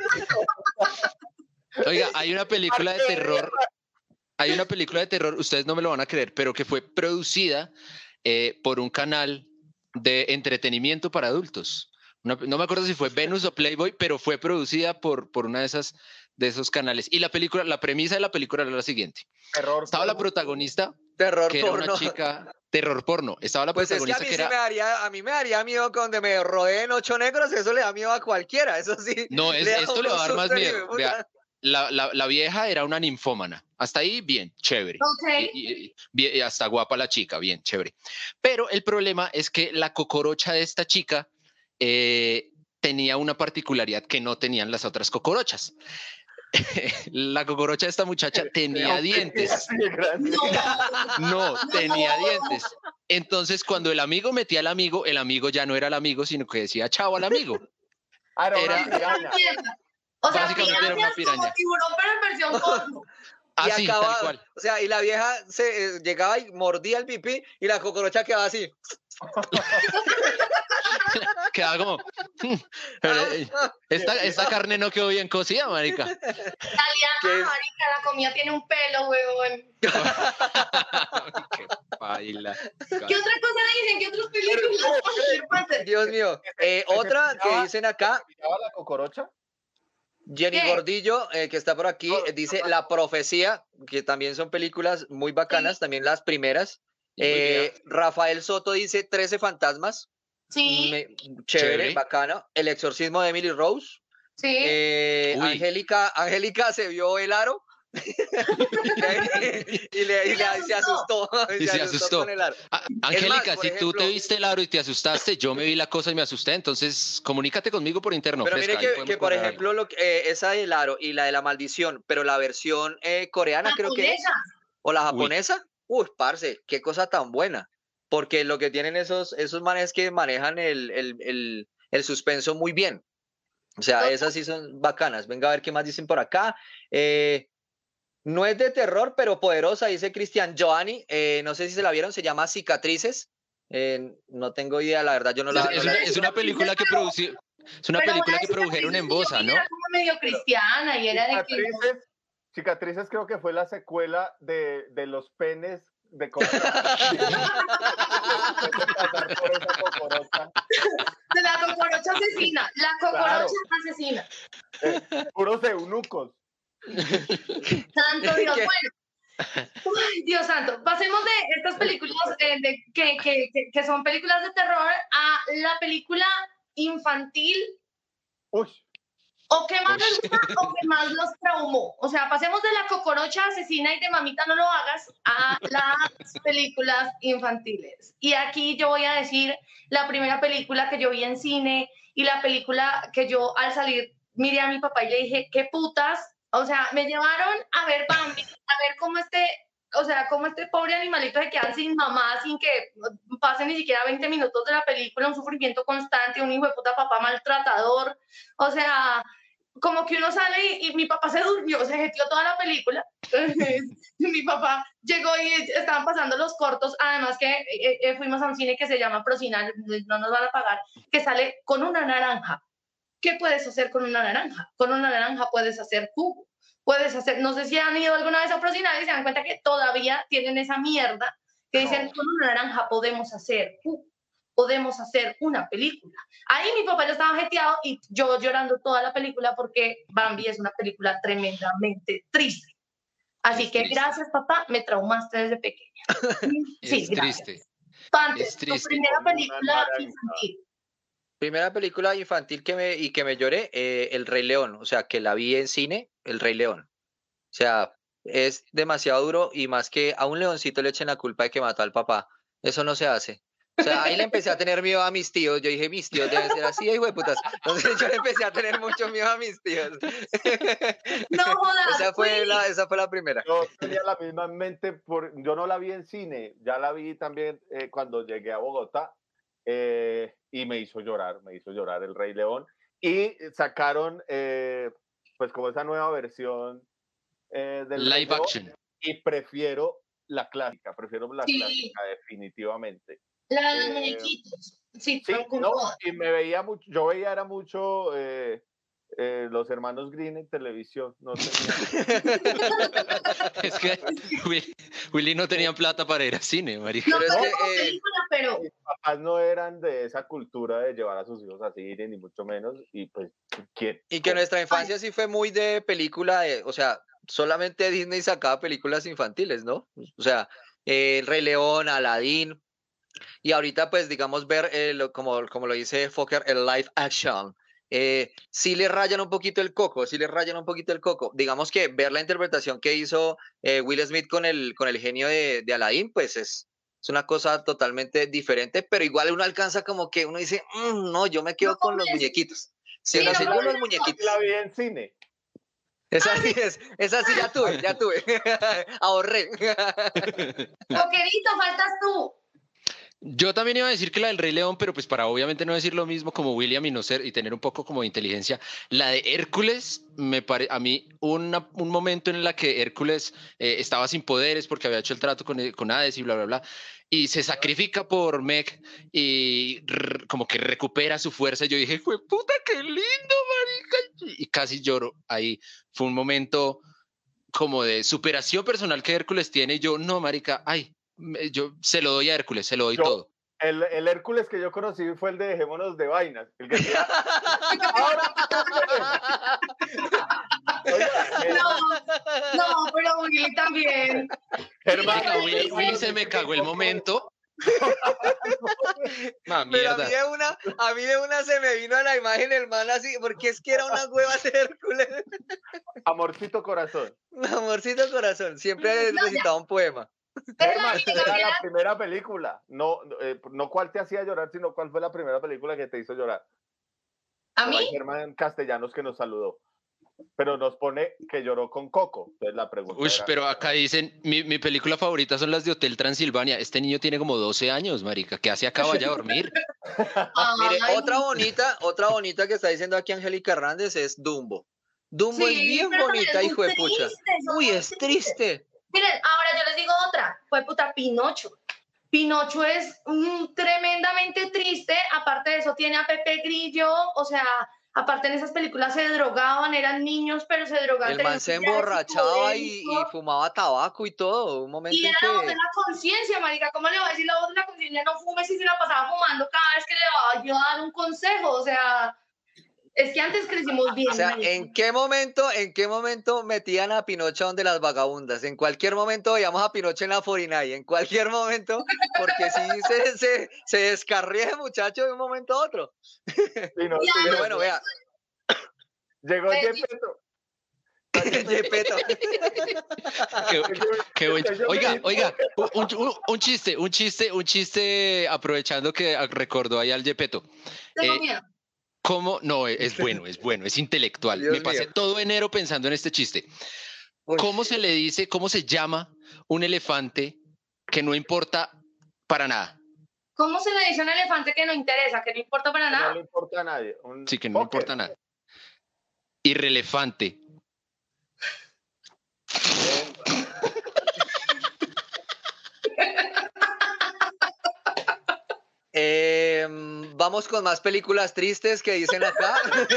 Oiga, hay una película de terror, hay una película de terror, ustedes no me lo van a creer, pero que fue producida eh, por un canal de entretenimiento para adultos. Una- no me acuerdo si fue Venus o Playboy, pero fue producida por, por una de esas de esos canales. Y la película, la premisa de la película era la siguiente. Terror. Estaba la porno. protagonista, Terror que era porno. una chica, terror porno. Estaba la Pues es que a protagonista mí que sí era... me daría, a mí me daría miedo que donde me rodeen ocho negros, eso le da miedo a cualquiera, eso sí. No, es- da esto le uno va a dar un más susto, miedo. hijo de Vea, puta. la, la, la vieja era una ninfómana. Hasta ahí, bien, chévere. Ok. Y, y- y- bien, y hasta guapa la chica, bien, chévere. Pero el problema es que la cocorocha de esta chica eh, tenía una particularidad que no tenían las otras cocorochas. La cocorocha de esta muchacha tenía Aunque dientes. así de grande. No, tenía dientes. Entonces, cuando el amigo metía al amigo, el amigo ya no era el amigo, sino que decía chao al amigo. Ah, era una Era- piraña. O sea, Básicamente era una pirañas como piraña. tiburón, pero en versión porno. Y Así, acababa, tal cual. o sea, y la vieja se eh, llegaba y mordía el pipí y la cocorocha quedaba así. Quedaba como. "Hmm, pero, eh, esta, esta carne no quedó bien cocida, marica. Salía, ¿Qué ah, es? marica, la comida tiene un pelo, huevón. Qué baila. ¿Qué otra cosa dicen? ¿Qué otras películas? Dios mío. Eh, otra que pillaba- dicen acá, ¿Pillaba la cocorocha? Jenny ¿Qué? Gordillo, eh, que está por aquí, No, eh, dice no, La Profecía, que también son películas muy bacanas, también las primeras. Y muy Eh, Rafael Soto dice trece fantasmas. Sí, Me- chévere, Chévere. bacano. El exorcismo de Emily Rose. sí. Eh, Uy. Angélica, Angélica se vio el aro. y, le, y le- y se asustó. Y se asustó. con el aro. Ah, Angélica, por si tú te ejemplo- viste el aro y te asustaste, yo me vi la cosa y me asusté, entonces comunícate conmigo por interno. Pero fresca, mire ahí que, podemos que, por cuadrar algo. ejemplo, lo que- eh, esa del aro y la de la maldición, pero la versión eh, coreana creo que es, Japonesa. o la japonesa, uy, parce, qué cosa tan buena. Porque lo que tienen esos, esos manes es que manejan el, el, el, el suspenso muy bien. O sea, Total. esas sí son bacanas. Venga a ver qué más dicen por acá. Eh, no es de terror, pero poderosa, dice Cristian Giovanni. Eh, no sé si se la vieron, se llama Cicatrices. Eh, no tengo idea, la verdad, yo no la, Es, no es la una, he es visto. una película que produció, es una Pero película una que de produjeron en Cicatrices Bosa, yo vi ¿no? Era como medio cristiana y era de que. Cicatrices, Cicatrices creo que fue la secuela de, de los penes de cosas. pasar por esa cocorocha. De la cocorocha asesina, la cocorocha Claro. asesina. Eh, puros eunucos. Santo Dios, bueno. Uy, Dios santo, pasemos de estas películas eh, de, que, que, que, que son películas de terror a la película infantil Uy, o que más les Ush. gusta o que más los traumó. O sea, pasemos de la cocorocha asesina y de mamita no lo hagas a las películas infantiles. Y aquí yo voy a decir la primera película que yo vi en cine y la película que yo al salir miré a mi papá y le dije, ¿qué putas? O sea, me llevaron a ver Bambi, a ver cómo este, o sea, cómo este pobre animalito se queda sin mamá, sin que pasen ni siquiera veinte minutos de la película, un sufrimiento constante, un hijo de puta papá maltratador. O sea, como que uno sale y, y mi papá se durmió, se jetió toda la película. Mi papá llegó y estaban pasando los cortos, además que eh, eh, fuimos a un cine que se llama Procinal, no nos van a pagar, que sale con una naranja. ¿Qué puedes hacer con una naranja? Con una naranja puedes hacer jugo, puedes hacer, no sé si han ido alguna vez a Procinal y se dan cuenta que todavía tienen esa mierda que dicen, No. con una naranja podemos hacer jugo, podemos hacer una película. Ahí mi papá ya estaba jeteado y yo llorando toda la película porque Bambi es una película tremendamente triste. Así Es que triste. gracias, papá, me traumaste desde pequeña. Sí, Es gracias. triste. Pantes, es tu triste. primera Como una película naranja. infantil. Primera película infantil que me, y que me lloré, eh, El Rey León. O sea, que la vi en cine, El Rey León. O sea, es demasiado duro y más que a un leoncito le echen la culpa de que mató al papá. Eso no se hace. O sea, ahí le empecé a tener miedo a mis tíos. Yo dije, mis tíos deben ser así, hijo de putas. Entonces yo le empecé a tener mucho miedo a mis tíos. No jodas, esa, fue Willy. la, esa fue la primera. yo tenía la misma en mente, por, yo no la vi en cine, ya la vi también eh, cuando llegué a Bogotá eh, y me hizo llorar, me hizo llorar El Rey León. Y sacaron eh, pues como esa nueva versión eh, del Rey Live León action. y prefiero la clásica, prefiero la Sí. clásica definitivamente. La de los Eh, muñequitos. Sí, Sí, con no, todas. y me veía mucho, yo veía era mucho eh, eh, los hermanos Green en televisión, no tenía, Es que Willy, Willy no tenía plata para ir al cine, marica. No Pero es fue que, como eh, película, pero mis papás no eran de esa cultura de llevar a sus hijos a cine, ni mucho menos, y pues, ¿quién? Y que nuestra infancia sí fue muy de película, de- o sea, solamente Disney sacaba películas infantiles, ¿no? O sea, eh, El Rey León, Aladdin, y ahorita pues digamos ver, eh, lo- como, como lo dice Fokker, el live action, eh, sí le rayan un poquito el coco, sí le rayan un poquito el coco. Digamos que ver la interpretación que hizo eh, Will Smith con el, con el genio de, de Aladdin, pues es, es una cosa totalmente diferente, pero igual uno alcanza como que uno dice, "Mm, no, yo me quedo No con los convence". muñequitos. Sí, Sí, no así con los convence. muñequitos. La vi en cine. Esa sí es, esa sí ya tuve, ya tuve. Ahorré. Coquerito, faltas tú. Yo también iba a decir que la del Rey León, pero pues para obviamente no decir lo mismo como William y no ser y tener un poco como de inteligencia, la de Hércules me parece a mí una, un momento en la que Hércules eh, estaba sin poderes porque había hecho el trato con, con Hades y bla bla bla y se sacrifica por Meg y rr, como que recupera su fuerza. Y yo dije, ¡jue puta, qué lindo, marica! Y casi lloro ahí. Fue un momento como de superación personal que Hércules tiene y yo, no, marica, ay, me- yo se lo doy a Hércules, se lo doy Yo- todo. El, el Hércules que yo conocí fue el de Dejémonos de Vainas. El que decía, ahora oiga, eh, No, no, pero Willy también. Germán, Marica, Willy, Willy se me cagó el momento. Ma, Pero a mí, mierda. de una, a mí de una se me vino a la imagen el man así, porque es que era una hueva de Hércules. Amorcito corazón. Amorcito corazón, siempre he No, ya. recitado un poema. Germán, Miguel era Gabriela. la primera película. No, eh, no cuál te hacía llorar, sino cuál fue la primera película que te hizo llorar. ¿A Por ahí mí? Germán Castellanos que nos saludó. Pero nos pone que lloró con Coco. Entonces la pregunta Uy, era, pero acá dicen, mi, mi película favorita son las de Hotel Transilvania. Este niño tiene como doce años, marica. ¿Qué hace acá? Vaya a dormir. Mire, Ay, otra bonita, otra bonita que está diciendo aquí Angélica Hernández es Dumbo. Dumbo sí, es bien pero también bonita, es hijo muy de pucha. triste, son Uy, muy es tristes. triste. Miren, ahora yo les digo otra. Fue puta Pinocho. Pinocho es mm, tremendamente triste. Aparte de eso, tiene a Pepe Grillo. O sea, Aparte en esas películas se drogaban, eran niños, pero se drogaban. El tenían man se habilidades emborrachaba y, y psicodélicos, fumaba tabaco y todo. Un y momento en era la voz de que... la conciencia, marica. ¿Cómo le va a decir la voz de la conciencia? No fumes y se la pasaba fumando cada vez que le va a yo a dar un consejo. O sea, es que antes crecimos bien, O sea, marica. ¿en qué momento, en qué momento metían a Pinocho donde las vagabundas? En cualquier momento veíamos a Pinocho en la Forinay, en cualquier momento, porque sí se, se, se descarría ese muchacho de un momento a otro. Sí, no, Y sí, Pero no, bueno, no. vea, Llegó Eh, Gepetto. Gepetto. Qué, qué buen- Yo me Oiga, di- oiga, un, un- un chiste, un chiste, un chiste, aprovechando que recordó ahí al Gepetto. tengo Eh, miedo. ¿Cómo? No, es bueno, es bueno, es intelectual. Dios Me pasé mío. todo enero pensando en este chiste. Uy, ¿Cómo se le dice, cómo se llama un elefante que no importa para nada? ¿Cómo se le dice a un elefante que no interesa, que no importa para que no nada? le importa a nadie. Un Sí, que no le póker. importa nada. Irrelevante. Bien. eh, vamos con más películas tristes que dicen acá.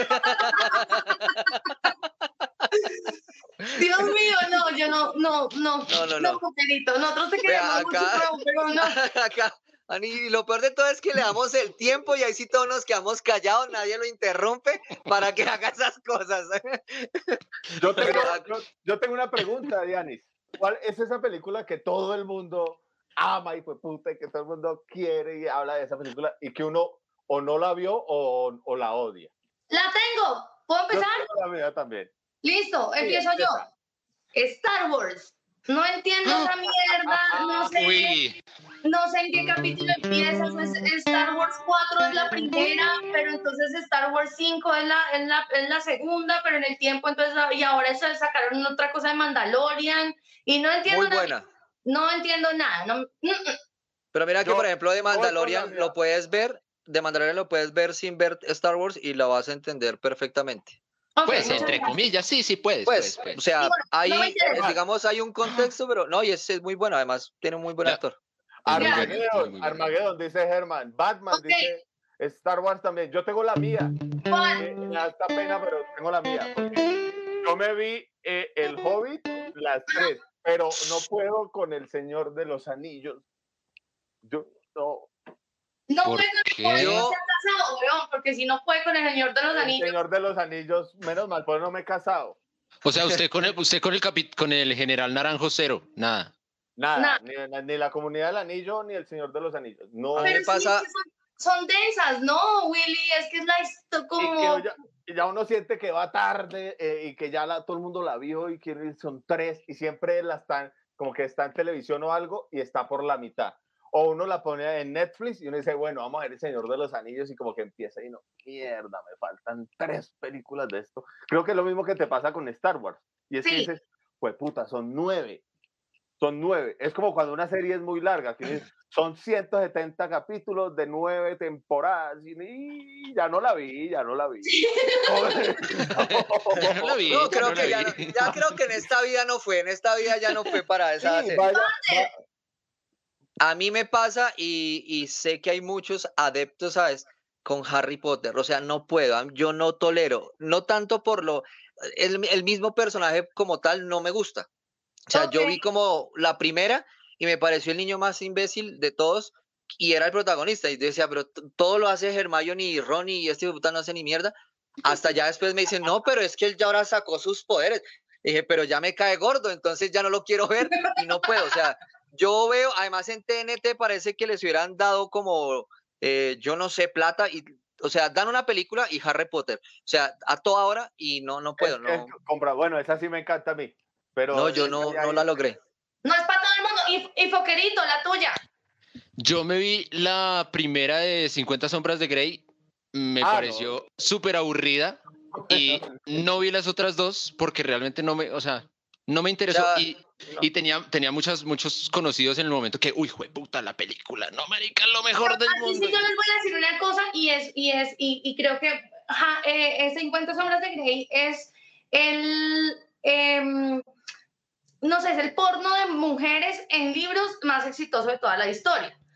Dios mío, no, yo no, no, no, No, no, no. Coquerito, nosotros te Vea, queremos mucho, acá- pero- pero no. Acá, Ani, y lo peor de todo es que le damos el tiempo y ahí sí todos nos quedamos callados, nadie lo interrumpe para que haga esas cosas. Yo tengo, Pero, ah, yo, yo tengo una pregunta, Dianis. ¿Cuál es esa película que todo el mundo ama y pues puta, y que todo el mundo quiere y habla de esa película y que uno o no la vio o, o la odia? La tengo, ¿puedo Yo empezar? tengo la mía también. Listo, Sí, empiezo yo. Star Wars. No entiendo esa mierda, no sé, Uy, no sé en qué capítulo empiezas. es- Star Wars cuatro es la primera, pero entonces Star Wars cinco es la, es la, es la segunda, pero en el tiempo entonces, y ahora eso sacaron otra cosa de Mandalorian, y no entiendo muy nada. buena. No entiendo nada. No, mm, mm. Pero mira que, Yo- por ejemplo, de yo voy con la Mandalorian mía. lo puedes ver, de Mandalorian lo puedes ver sin ver Star Wars y la vas a entender perfectamente. Ok, pues muchas entre gracias. comillas, sí, sí puedes, Pues, puedes, puedes. o sea, Sí, bueno, ahí, no me eh, interesa. digamos, hay un contexto, pero no, y ese es muy bueno, además tiene un muy buen Ya. actor. Es muy buena, Armageddon, muy, muy buena. Armageddon, dice Herman. Batman, Ok. dice Star Wars también. Yo tengo la mía. ¿Cuál? Eh, me da esta pena, pero tengo la mía. Porque yo me vi eh, El Hobbit, las tres, pero no puedo con El Señor de los Anillos. Yo no. No ¿Por puede con qué? el Yo- no se ha casado, weón, porque si no puede con el Señor de los El Anillos. Señor de los Anillos, menos mal, pues no me he casado. O sea, usted con el, usted con el capi- con el general Naranjo cero, nada. Nada, Nada. ni, ni la Comunidad del Anillo, ni El Señor de los Anillos. No. A mí me Pero sí, pasa- es que son, son densas, ¿no, Willy? Es que es la historia Y como... que ya, y ya uno siente que va tarde eh, y que ya la, todo el mundo la vio y que son tres y siempre la están, como que está en televisión o algo y está por la mitad. O uno la pone en Netflix y uno dice, bueno, vamos a ver El Señor de los Anillos y como que empieza y no, mierda, me faltan tres películas de esto. Creo que es lo mismo que te pasa con Star Wars. Y es que Sí. dices, pues puta, son nueve. Son nueve. Es como cuando una serie es muy larga, que dices, son ciento setenta capítulos de nueve temporadas y, y ya no la vi, ya no la vi. Ya no la vi, No, ya creo no la que ya, vi. no- ya creo que en esta vida no fue, en esta vida ya no fue para esa Sí, serie. vaya, va- A mí me pasa y, y sé que hay muchos adeptos, ¿sabes? Con Harry Potter, o sea, no puedo, a- yo no tolero, no tanto por lo, el, el mismo personaje como tal no me gusta. O sea, yo Ok. vi como la primera y me pareció el niño más imbécil de todos y era el protagonista. Y yo decía, pero t- todo lo hace Hermione y Ron y este hijo de puta no hace ni mierda. Hasta ya después me dicen, no, pero es que él ya ahora sacó sus poderes. Dije, pero ya me cae gordo, entonces ya no lo quiero ver y no puedo. O sea, yo veo, además en T N T parece que les hubieran dado como, eh, yo no sé, plata y, o sea, dan una película y Harry Potter. O sea, a toda hora y no, no puedo, es que no, compra, bueno, esa sí me encanta a mí. Pero no, yo esa no, ya no ahí- la logré. No es para todo el mundo. Y, y Foquerito, la tuya. Yo me vi la primera de cincuenta sombras de Grey, me Ah, no. pareció súper aburrida y no vi las otras dos porque realmente no me, o sea, no me interesó Ya, y, y tenía, tenía muchas, muchos conocidos en el momento que, uy, jueputa, la película, no, marica, lo mejor del Aquí mundo. sí yo les voy a decir una cosa y es, y es, y, y creo que ja, eh, eh, cincuenta sombras de Grey es el, em, no sé, es el porno de mujeres en libros más exitoso de toda la historia.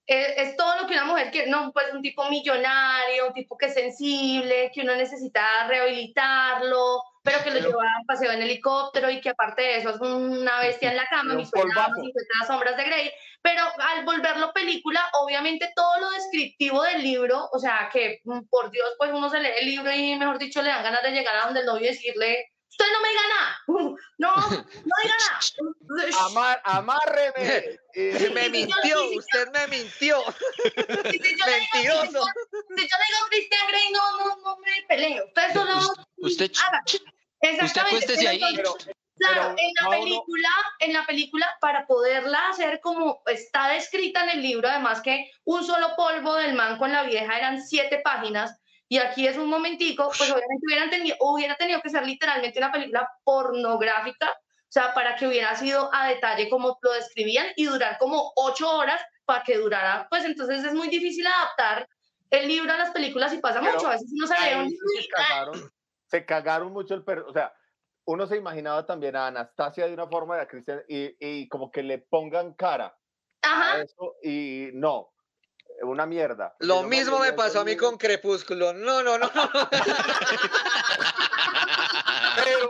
es, es todo lo que una mujer quiere, no, pues un tipo millonario, un tipo que es sensible, que uno necesita rehabilitarlo, pero que lo Pero- lleva a paseo en helicóptero y que aparte de eso es una bestia en la cama, Pero mi un sueño polvazo. cincuenta sombras de Grey, pero al volverlo película, obviamente todo lo descriptivo del libro, o sea, que mm, por Dios, pues uno se lee el libro y mejor dicho le dan ganas de llegar a donde el novio y decirle, usted no me diga nada, no, no diga nada. Amar, amárreme. Y- Me Sí, mintió, sí, sí. usted me mintió. Si yo le digo, si yo, Mentiroso. si yo le digo Christian Grey, no, no, no me peleo. Usted solo Usted, haga. Exactamente. usted acuéstese pero ahí. entonces, Pero- claro, pero en la cada uno- película, en la película, para poderla hacer como está descrita en el libro, además que un solo polvo del man con la vieja eran siete páginas, y aquí es un momentico, pues obviamente hubieran tenido, hubiera tenido que ser literalmente una película pornográfica, o sea, para que hubiera sido a detalle como lo describían y durar como ocho horas para que durara, pues entonces es muy difícil adaptar el libro a las películas y pasa Pero mucho, a veces uno se ve ahí un sí se cagaron, se cagaron mucho el perro, o sea, uno se imaginaba también a Anastasia de una forma y a Cristian y, y como que le pongan cara a ajá, eso y no, una mierda. Porque Lo yo mismo me leí pasó a ese mí libro, con Crepúsculo. No, no, no. pero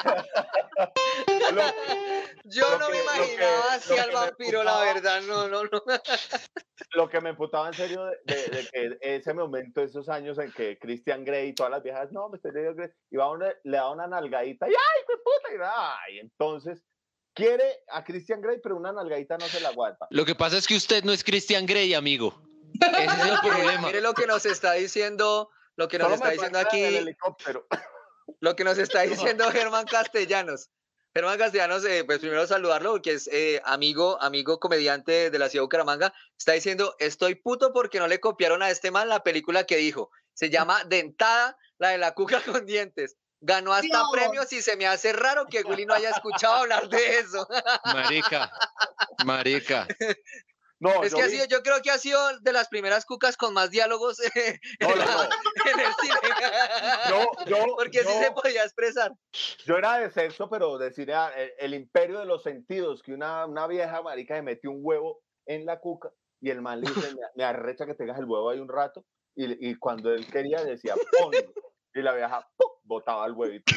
lo, Yo Lo no me que- lo que- imaginaba así lo al que me vampiro, la gustaba- verdad. No, no, no. lo que me emputaba en serio de, de- de que ese momento, esos años en que Christian Grey y todas las viejas, no, me estoy leyendo Grey, y va uno, le da una nalgadita y ¡ay, qué puta! Y, ay, entonces quiere a Christian Grey, pero una nalgadita no se la aguanta. Lo que pasa es que usted no es Christian Grey, amigo. Ese es el problema. Mire lo que nos está diciendo, lo que nos Solo está me diciendo falta en el aquí, helicóptero. lo que nos está diciendo Germán Castellanos. Germán Castellanos, eh, pues primero saludarlo, porque es eh, amigo, amigo comediante de la ciudad de Bucaramanga. Está diciendo, estoy puto porque no le copiaron a este man la película que dijo. Se llama Dentada, la de la cuca con dientes. Ganó hasta Dios. premios y se me hace raro que Willy no haya escuchado hablar de eso. Marica, marica. No, Es yo que ha vi- sido, yo creo que ha sido de las primeras cucas con más diálogos eh, no, no, no. en el cine. Yo- yo- Porque sí yo- se podía expresar. Yo era de sexo, pero decir ah, el, el imperio de los sentidos, que una, una vieja marica le metió un huevo en la cuca y el man le dice, me, me arrecha que tengas el huevo ahí un rato, y, y cuando él quería decía, ponlo, y la vieja ¡pum! Botaba el huevito.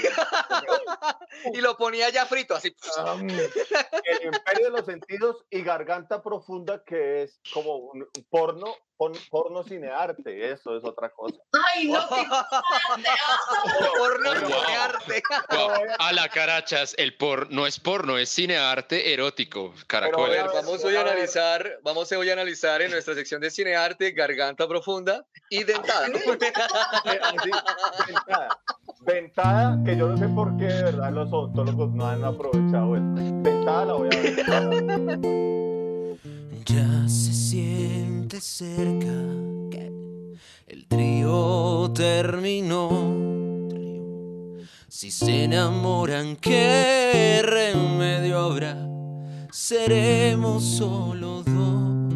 Y lo ponía ya frito, así. Am, el imperio de los sentidos y garganta profunda, que es como un un porno, pon- porno cinearte, eso es otra cosa. ay, no, qué fuerte, ah. Porno Wow. de arte. Wow, a la carachas, el por no es porno, es cinearte erótico. A Caracol. ver, Pero- vamos hoy a analizar, vamos hoy a analizar en nuestra sección de cinearte, garganta profunda y dentada. Eh, así, ventada. Ventada, que yo no sé por qué de verdad los odontólogos no han aprovechado eso. Ventada la voy a ver. Ya se siente cerca que el trío terminó. Trío. Si se enamoran, ¿qué remedio habrá? Seremos solo dos.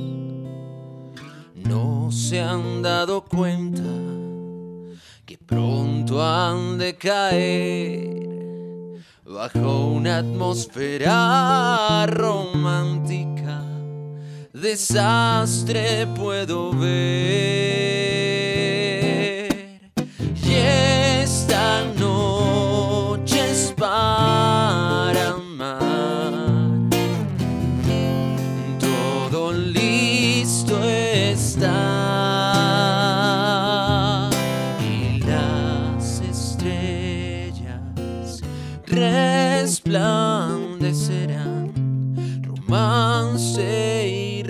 No se han dado cuenta que pronto han de caer bajo una atmósfera romántica. Desastre puedo ver, y esta noche es para amar. Todo listo está y las estrellas resplandecerán, romance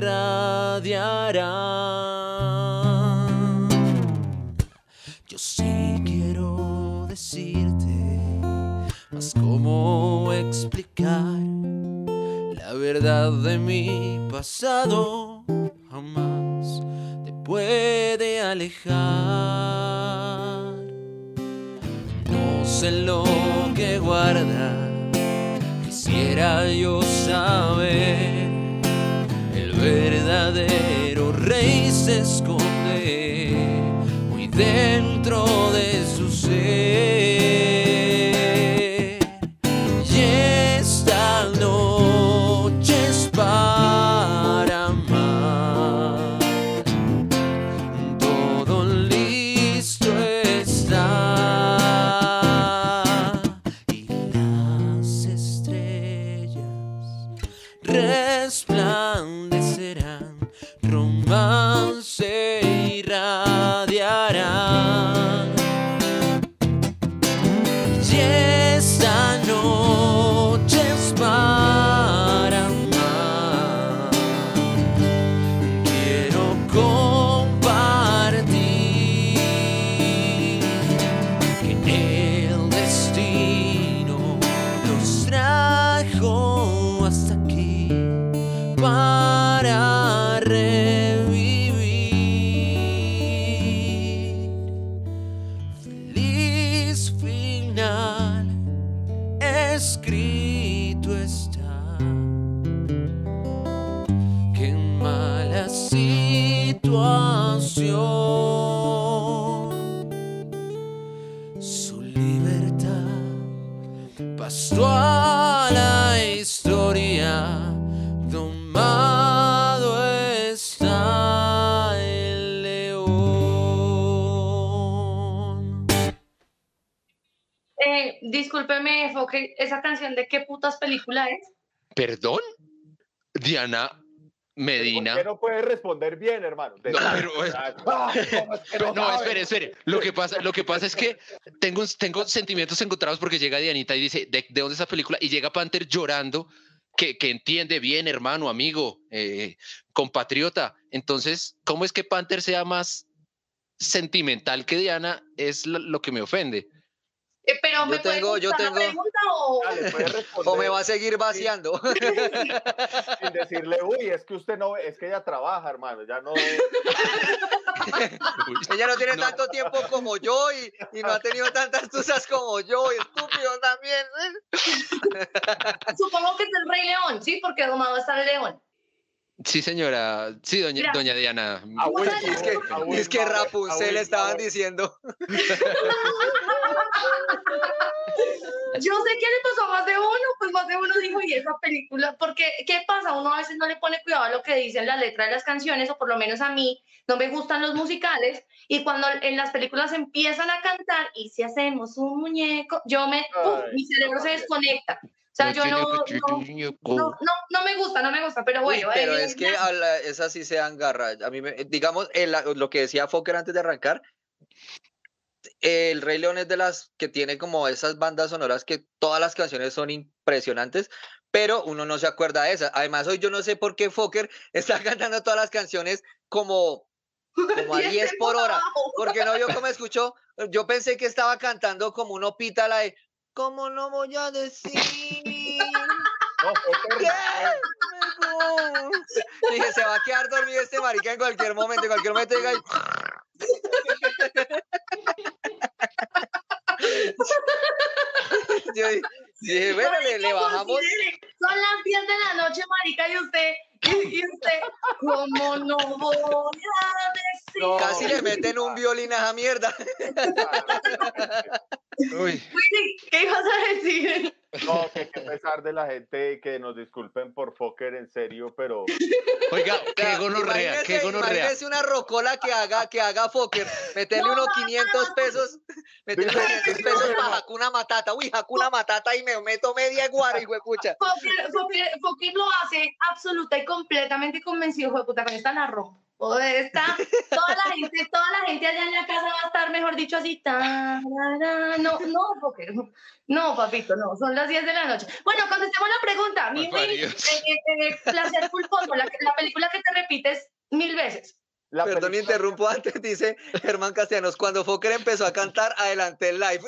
irradiarán. Yo sí quiero decirte, mas cómo explicar la verdad de mi pasado jamás te puede alejar. No sé lo que guarda, quisiera yo saber. El verdadero rey se esconde muy dentro de su ser. Y esta noche es para amar. resplandecerán, romance irradiarán. Y esta noche es para amar. Quiero compartir que el destino nos trajo hasta aquí para revivir. Feliz final escrito está, que en mala situación su libertad pasó a la historia. Domado está el león. Eh, discúlpeme, Foque, ¿esa canción de qué putas película es? ¿Perdón? Diana Medina. ¿Por qué no puedes responder bien, hermano? De No, nada. pero es- Ah, ¿cómo es que no No, sabe? espere, espere. Lo que pasa, lo que pasa es que tengo, tengo sentimientos encontrados porque llega Dianita y dice, ¿de, de dónde es esa película? Y llega Panther llorando, que, que entiende bien, hermano, amigo, eh, compatriota. Entonces, ¿cómo es que Panther sea más sentimental que Diana? Es lo, lo que me ofende. Eh, pero Yo ¿me puede tengo- yo contestar la tengo- pregunta o...? Dale, puedes responder O me va a seguir vaciando. sin decirle, uy, es que usted no, es que ella trabaja, hermano, ya no. Ella no tiene No. tanto tiempo como yo y, y no ha tenido tantas tusas como yo, y estúpido también. Supongo que es el Rey León, ¿sí? Porque domado está el león. Sí, señora. Sí, doña, Mira. doña Diana. Ah, Bueno, Will- Es que, a Will es que Power, a Rapunzel Will estaban Power. diciendo. Yo sé que le pasó a más de uno, pues más de uno dijo, y esa película, porque ¿qué pasa? Uno a veces no le pone cuidado a lo que dicen la letra de las canciones, o por lo menos a mí no me gustan los musicales, y cuando en las películas empiezan a cantar, y si hacemos un muñeco, yo me, ¡puf! Ay, mi cerebro se también. desconecta. O sea, yo no, no, no, no, no me gusta, no me gusta, pero Uy, bueno. pero eh, es que a la- esa sí se agarra. A mí, me- digamos, el- lo que decía Fokker antes de arrancar, el Rey León es de las que tiene como esas bandas sonoras que todas las canciones son impresionantes, pero uno no se acuerda de esas. Además, hoy yo no sé por qué Fokker está cantando todas las canciones como, como a diez diez por hora. abajo. Porque no vio cómo escuchó. Yo pensé que estaba cantando como un opita la de ¿cómo no voy a decir? No, fue ¿Qué? terrible. Dije, se va a quedar dormido este marica en cualquier momento, en cualquier momento diga, yo dije, bueno, le, le bajamos. Considere, son las diez de la noche, marica, y usted, y, y usted, ¿cómo no voy a decir? No. Casi le meten un violín a esa mierda. Uy, Willy, ¿qué ibas a decir? No, que a pesar de la gente que nos disculpen por Fokker, en serio, pero oiga, O qué sea, gonorrea, qué imagínese- gonorrea. imagínese una rocola que haga, que haga Fokker, meterle unos quinientos pesos, meterle Dice- quinientos dice pesos Germán. para Hakuna Matata. Uy, Hakuna Matata y me meto media guara, hijo de pucha. Fokker, Fokker, Fokker lo hace absoluta y completamente convencido, hijo de puta, con esta la rompo. O esta, toda la gente, toda la gente allá en la casa va a estar, mejor dicho, así. tarara. No, no, Fokker, no, papito, no, son las diez de la noche. Bueno, contestemos la pregunta. Mi Por Will, Dios. eh, eh, eh, placer culposo, la, la película que te repites mil veces. la Perdón, película- interrumpo antes, dice Germán Castellanos, cuando Fokker empezó a cantar, adelanté el live.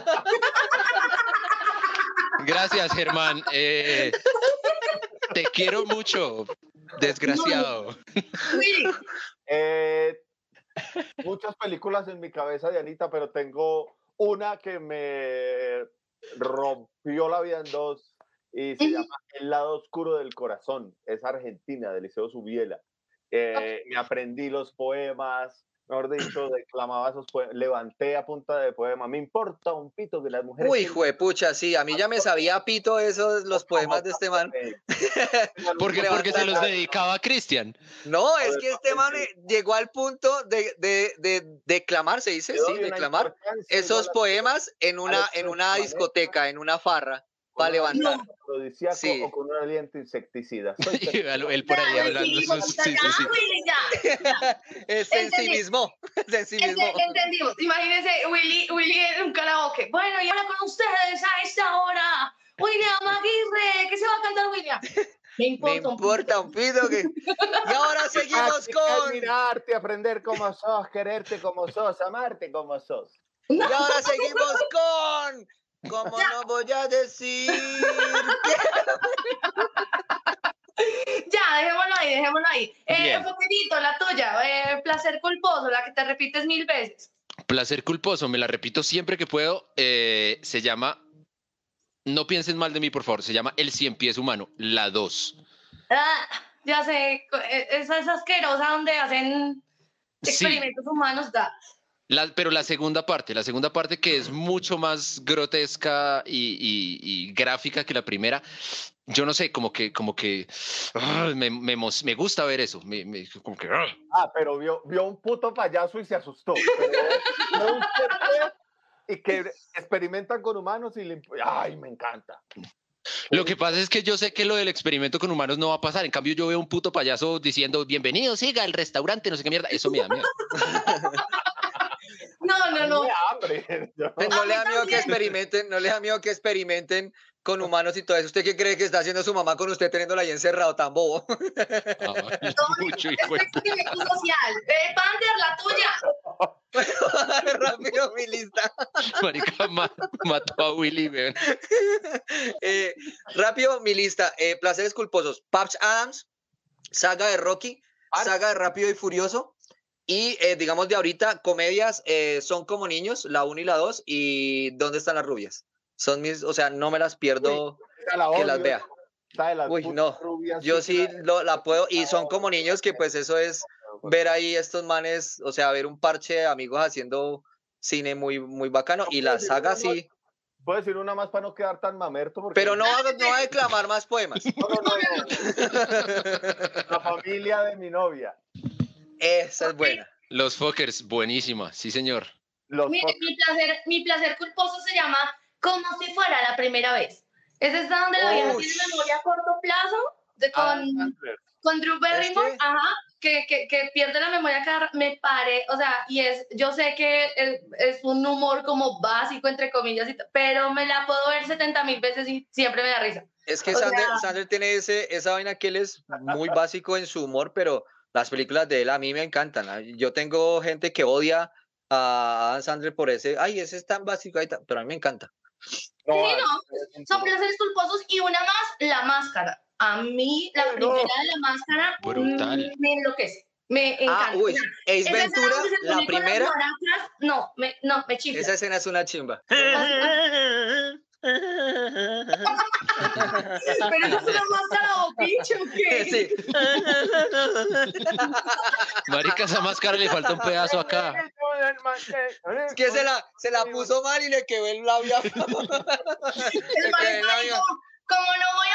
Gracias, Germán. Eh, te quiero mucho, desgraciado. Willy, Eh, muchas películas en mi cabeza, Dianita, pero tengo una que me rompió la vida en dos y se Ujú. llama El lado oscuro del corazón. Es argentina, de Liceo Subiela. Eh, me aprendí los poemas, mejor dicho, declamaba esos poemas, levanté a punta de poema. Me importa un pito que las mujeres. Uy, hijo de pucha, sí, a mí ya me sabía pito esos, los poemas de este man. Porque, porque se los Levantando- dedicaba a Cristian. No, es que este man eh, llegó al punto de, de, de declamar, se dice, Le sí, doy una declamar importancia esos igual a- poemas en una, resto en del una planeta. discoteca, en una farra. para levantar. Afrodisíaco Sí. o con un aliento insecticida. Soy Y él él por ahí Ya, hablando. sí, sus- sí, sí, ya, sí. Willy, ya. Es en sí Entendí. mismo. Es en sí mismo. Ente- entendimos. Imagínense Willy, Willy en un karaoke. Bueno, y ahora con ustedes a esta hora, William Aguirre. ¿Qué se va a cantar, William? Me Me importa. un importa un pito que. Y ahora seguimos Practicar, con. mirarte, aprender como sos, quererte como sos, amarte como sos. Y ahora seguimos con. ¿Cómo no voy a decir? Ya, dejémoslo ahí, dejémoslo ahí. Eh, Bien. Foquerito, la tuya. Eh, placer culposo, la que te repites mil veces. Placer culposo, me la repito siempre que puedo. eh, se llama, no piensen mal de mí, por favor. Se llama El Cien Pies Humano, la dos. Ah, ya sé, co- eh, esa es asquerosa donde hacen Sí, experimentos humanos. Da. la- pero la segunda parte, la segunda parte que es mucho más grotesca y, y- y gráfica que la primera. Yo no sé, como que, como que ah, me, me, emo- me gusta ver eso. Me, me- como que, ah. Ah, pero vio, vio un puto payaso y se asustó. Pero vio un ser feo y que experimentan con humanos y le... ¡Ay, me encanta! Lo que pasa es que yo sé que lo del experimento con humanos no va a pasar. En cambio, yo veo un puto payaso diciendo, bienvenido, siga al restaurante, no sé qué mierda. Eso me da miedo. No, no, no. ¡Qué hambre! Yo- No le da mí miedo que también. experimenten, no le da miedo que experimenten con humanos y todo eso. ¿Usted qué cree que está haciendo su mamá con usted teniéndola ahí encerrado tan bobo? Ay, mucho hijo de Es experimento social. Eh, Pander, la tuya. Rápido, mi lista. marica, ma- mató a Willy, weón. Eh, rápido, mi lista. Eh, placeres culposos. Patch Adams, saga de Rocky, saga de Rápido y Furioso. Y eh, digamos de ahorita, comedias eh, Son como niños, la uno y la dos. Y ¿Dónde están las rubias? Son mis, o sea, no me las pierdo Esa la que odio. las vea. Esa de las Uy, putas no. rubias, Yo que sí la- lo, la puedo. Y Son como niños, que pues eso es ver ahí estos manes, o sea, ver un parche de amigos haciendo cine muy, muy bacano. Y la saga sí. Puedo decir una más para no quedar tan mamerto. Porque... Pero no, va- no va a declamar más poemas. No, no, no, no. La familia de mi novia. Esa es buena. Los Fockers, buenísima, sí señor. Los Mire, Fox- mi placer, mi placer culposo se llama Como si fuera la primera vez. Ese es donde la vieja Uy. tiene memoria a corto plazo de, con, Ah, con Drew Barrymore, ¿Este? ajá, que, que, que pierde la memoria cada me pare, o sea, y es, yo sé que es, es un humor como básico, entre comillas, y t- pero me la puedo ver setenta mil veces y siempre me da risa. Es que O Sandler, sea- Sandler tiene ese, esa vaina que él es muy básico en su humor, pero las películas de él a mí me encantan. ¿ah? Yo tengo gente que odia a Adam Sandler por ese, ay, ese es tan básico, ay, tan-", pero a mí me encanta. no, Sí, ah, no, son placeres culposos y una más, La Máscara. A mí, la Uy, no. primera de La Máscara Brutal. mm, me enloquece, me encanta. Ah, uy, O sea, Ace esa escena Ventura, donde se la pone con las primera, maracas, no, me, no, me chifla. esa escena es una chimba. Pero eso es una máscara o pinche, ¿o qué? Sí. Marica, esa máscara le falta un pedazo acá. Es que se la, se la puso mal y le quedó el labio. El Le quedó el marica labio. dijo, como no voy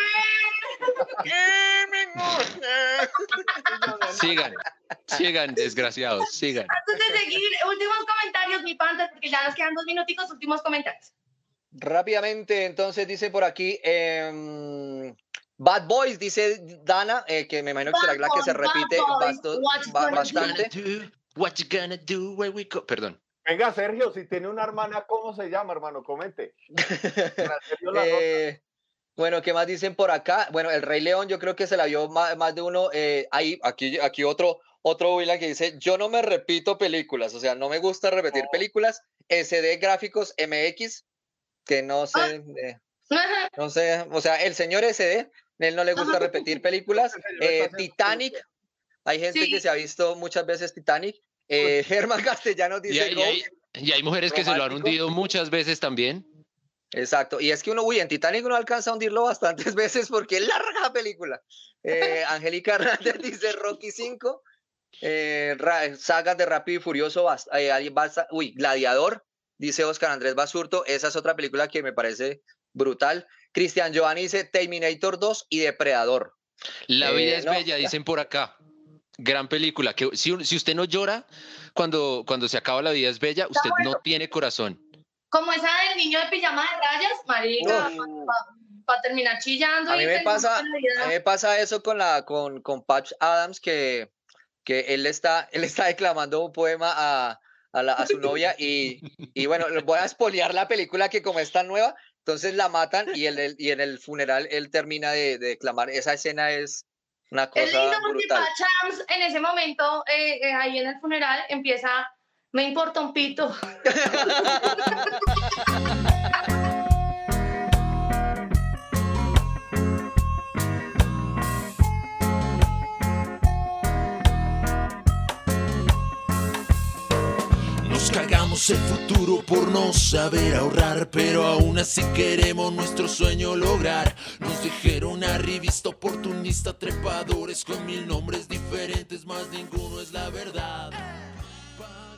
a ver. Sigan, sigan, desgraciados, sigan. Antes de seguir, últimos comentarios, mi panther, porque ya nos quedan dos minuticos, últimos comentarios. Rápidamente, entonces dice por aquí, em, Bad Boys, dice Dana, eh, que me imagino que será la que se Bad Boys, repite Bad Boys, basto- what's ba- gonna bastante. Do, what you gonna do when we go? Perdón. Venga, Sergio, si tiene una hermana, ¿cómo se llama, hermano? Comente. Para Sergio la nota. Eh, bueno, ¿qué más dicen por acá? Bueno, el Rey León, yo creo que se la vio más, más de uno. Eh, ahí, aquí, aquí otro, otro Willa que dice, yo no me repito películas, o sea, no me gusta repetir No. películas. S D Gráficos M X, que no sé, eh, no sé, o sea, el señor S D, él no le gusta Ajá. repetir películas. Ese señor Eh, está haciendo Titanic, películas. hay gente Sí. que se ha visto muchas veces Titanic. Eh, Germán Castellanos Y dice hay, y Ghost. hay- y hay mujeres que se lo han Romántico. hundido muchas veces también. Exacto, y es que uno, uy, en Titanic uno alcanza a hundirlo bastantes veces porque es larga película. Eh, Angélica Hernández dice Rocky cinco, eh, ra- sagas de Rápido y Furioso, bast- eh, hay basta- uy, Gladiador, dice Oscar Andrés Basurto, esa es otra película que me parece brutal. Cristian Giovanni dice Terminator dos y Depredador. La Eh, vida es no, bella, dicen por acá. Gran película. Que si, si usted no llora cuando, cuando se acaba La vida es bella, usted no tiene corazón. Como esa del niño de pijama de rayas, marica, para terminar chillando. A mí y me pensando pasa, en la vida. a mí me pasa eso con la con, con Patch Adams, que, que él está, él está declamando un poema a, a, la- a su novia y, y bueno, les voy a espolear la película que como es tan nueva, entonces la matan y, el, el- y en el funeral él termina de, de declamar. Esa escena es una Es lindo cosa porque brutal. Patch Adams en ese momento, eh, eh, ahí en el funeral, empieza, me importa un pito. Nos cagamos el futuro por no saber ahorrar, pero aún así queremos nuestro sueño lograr. Nos dijeron una revista oportunista, trepadores con mil nombres diferentes, más ninguno es la verdad.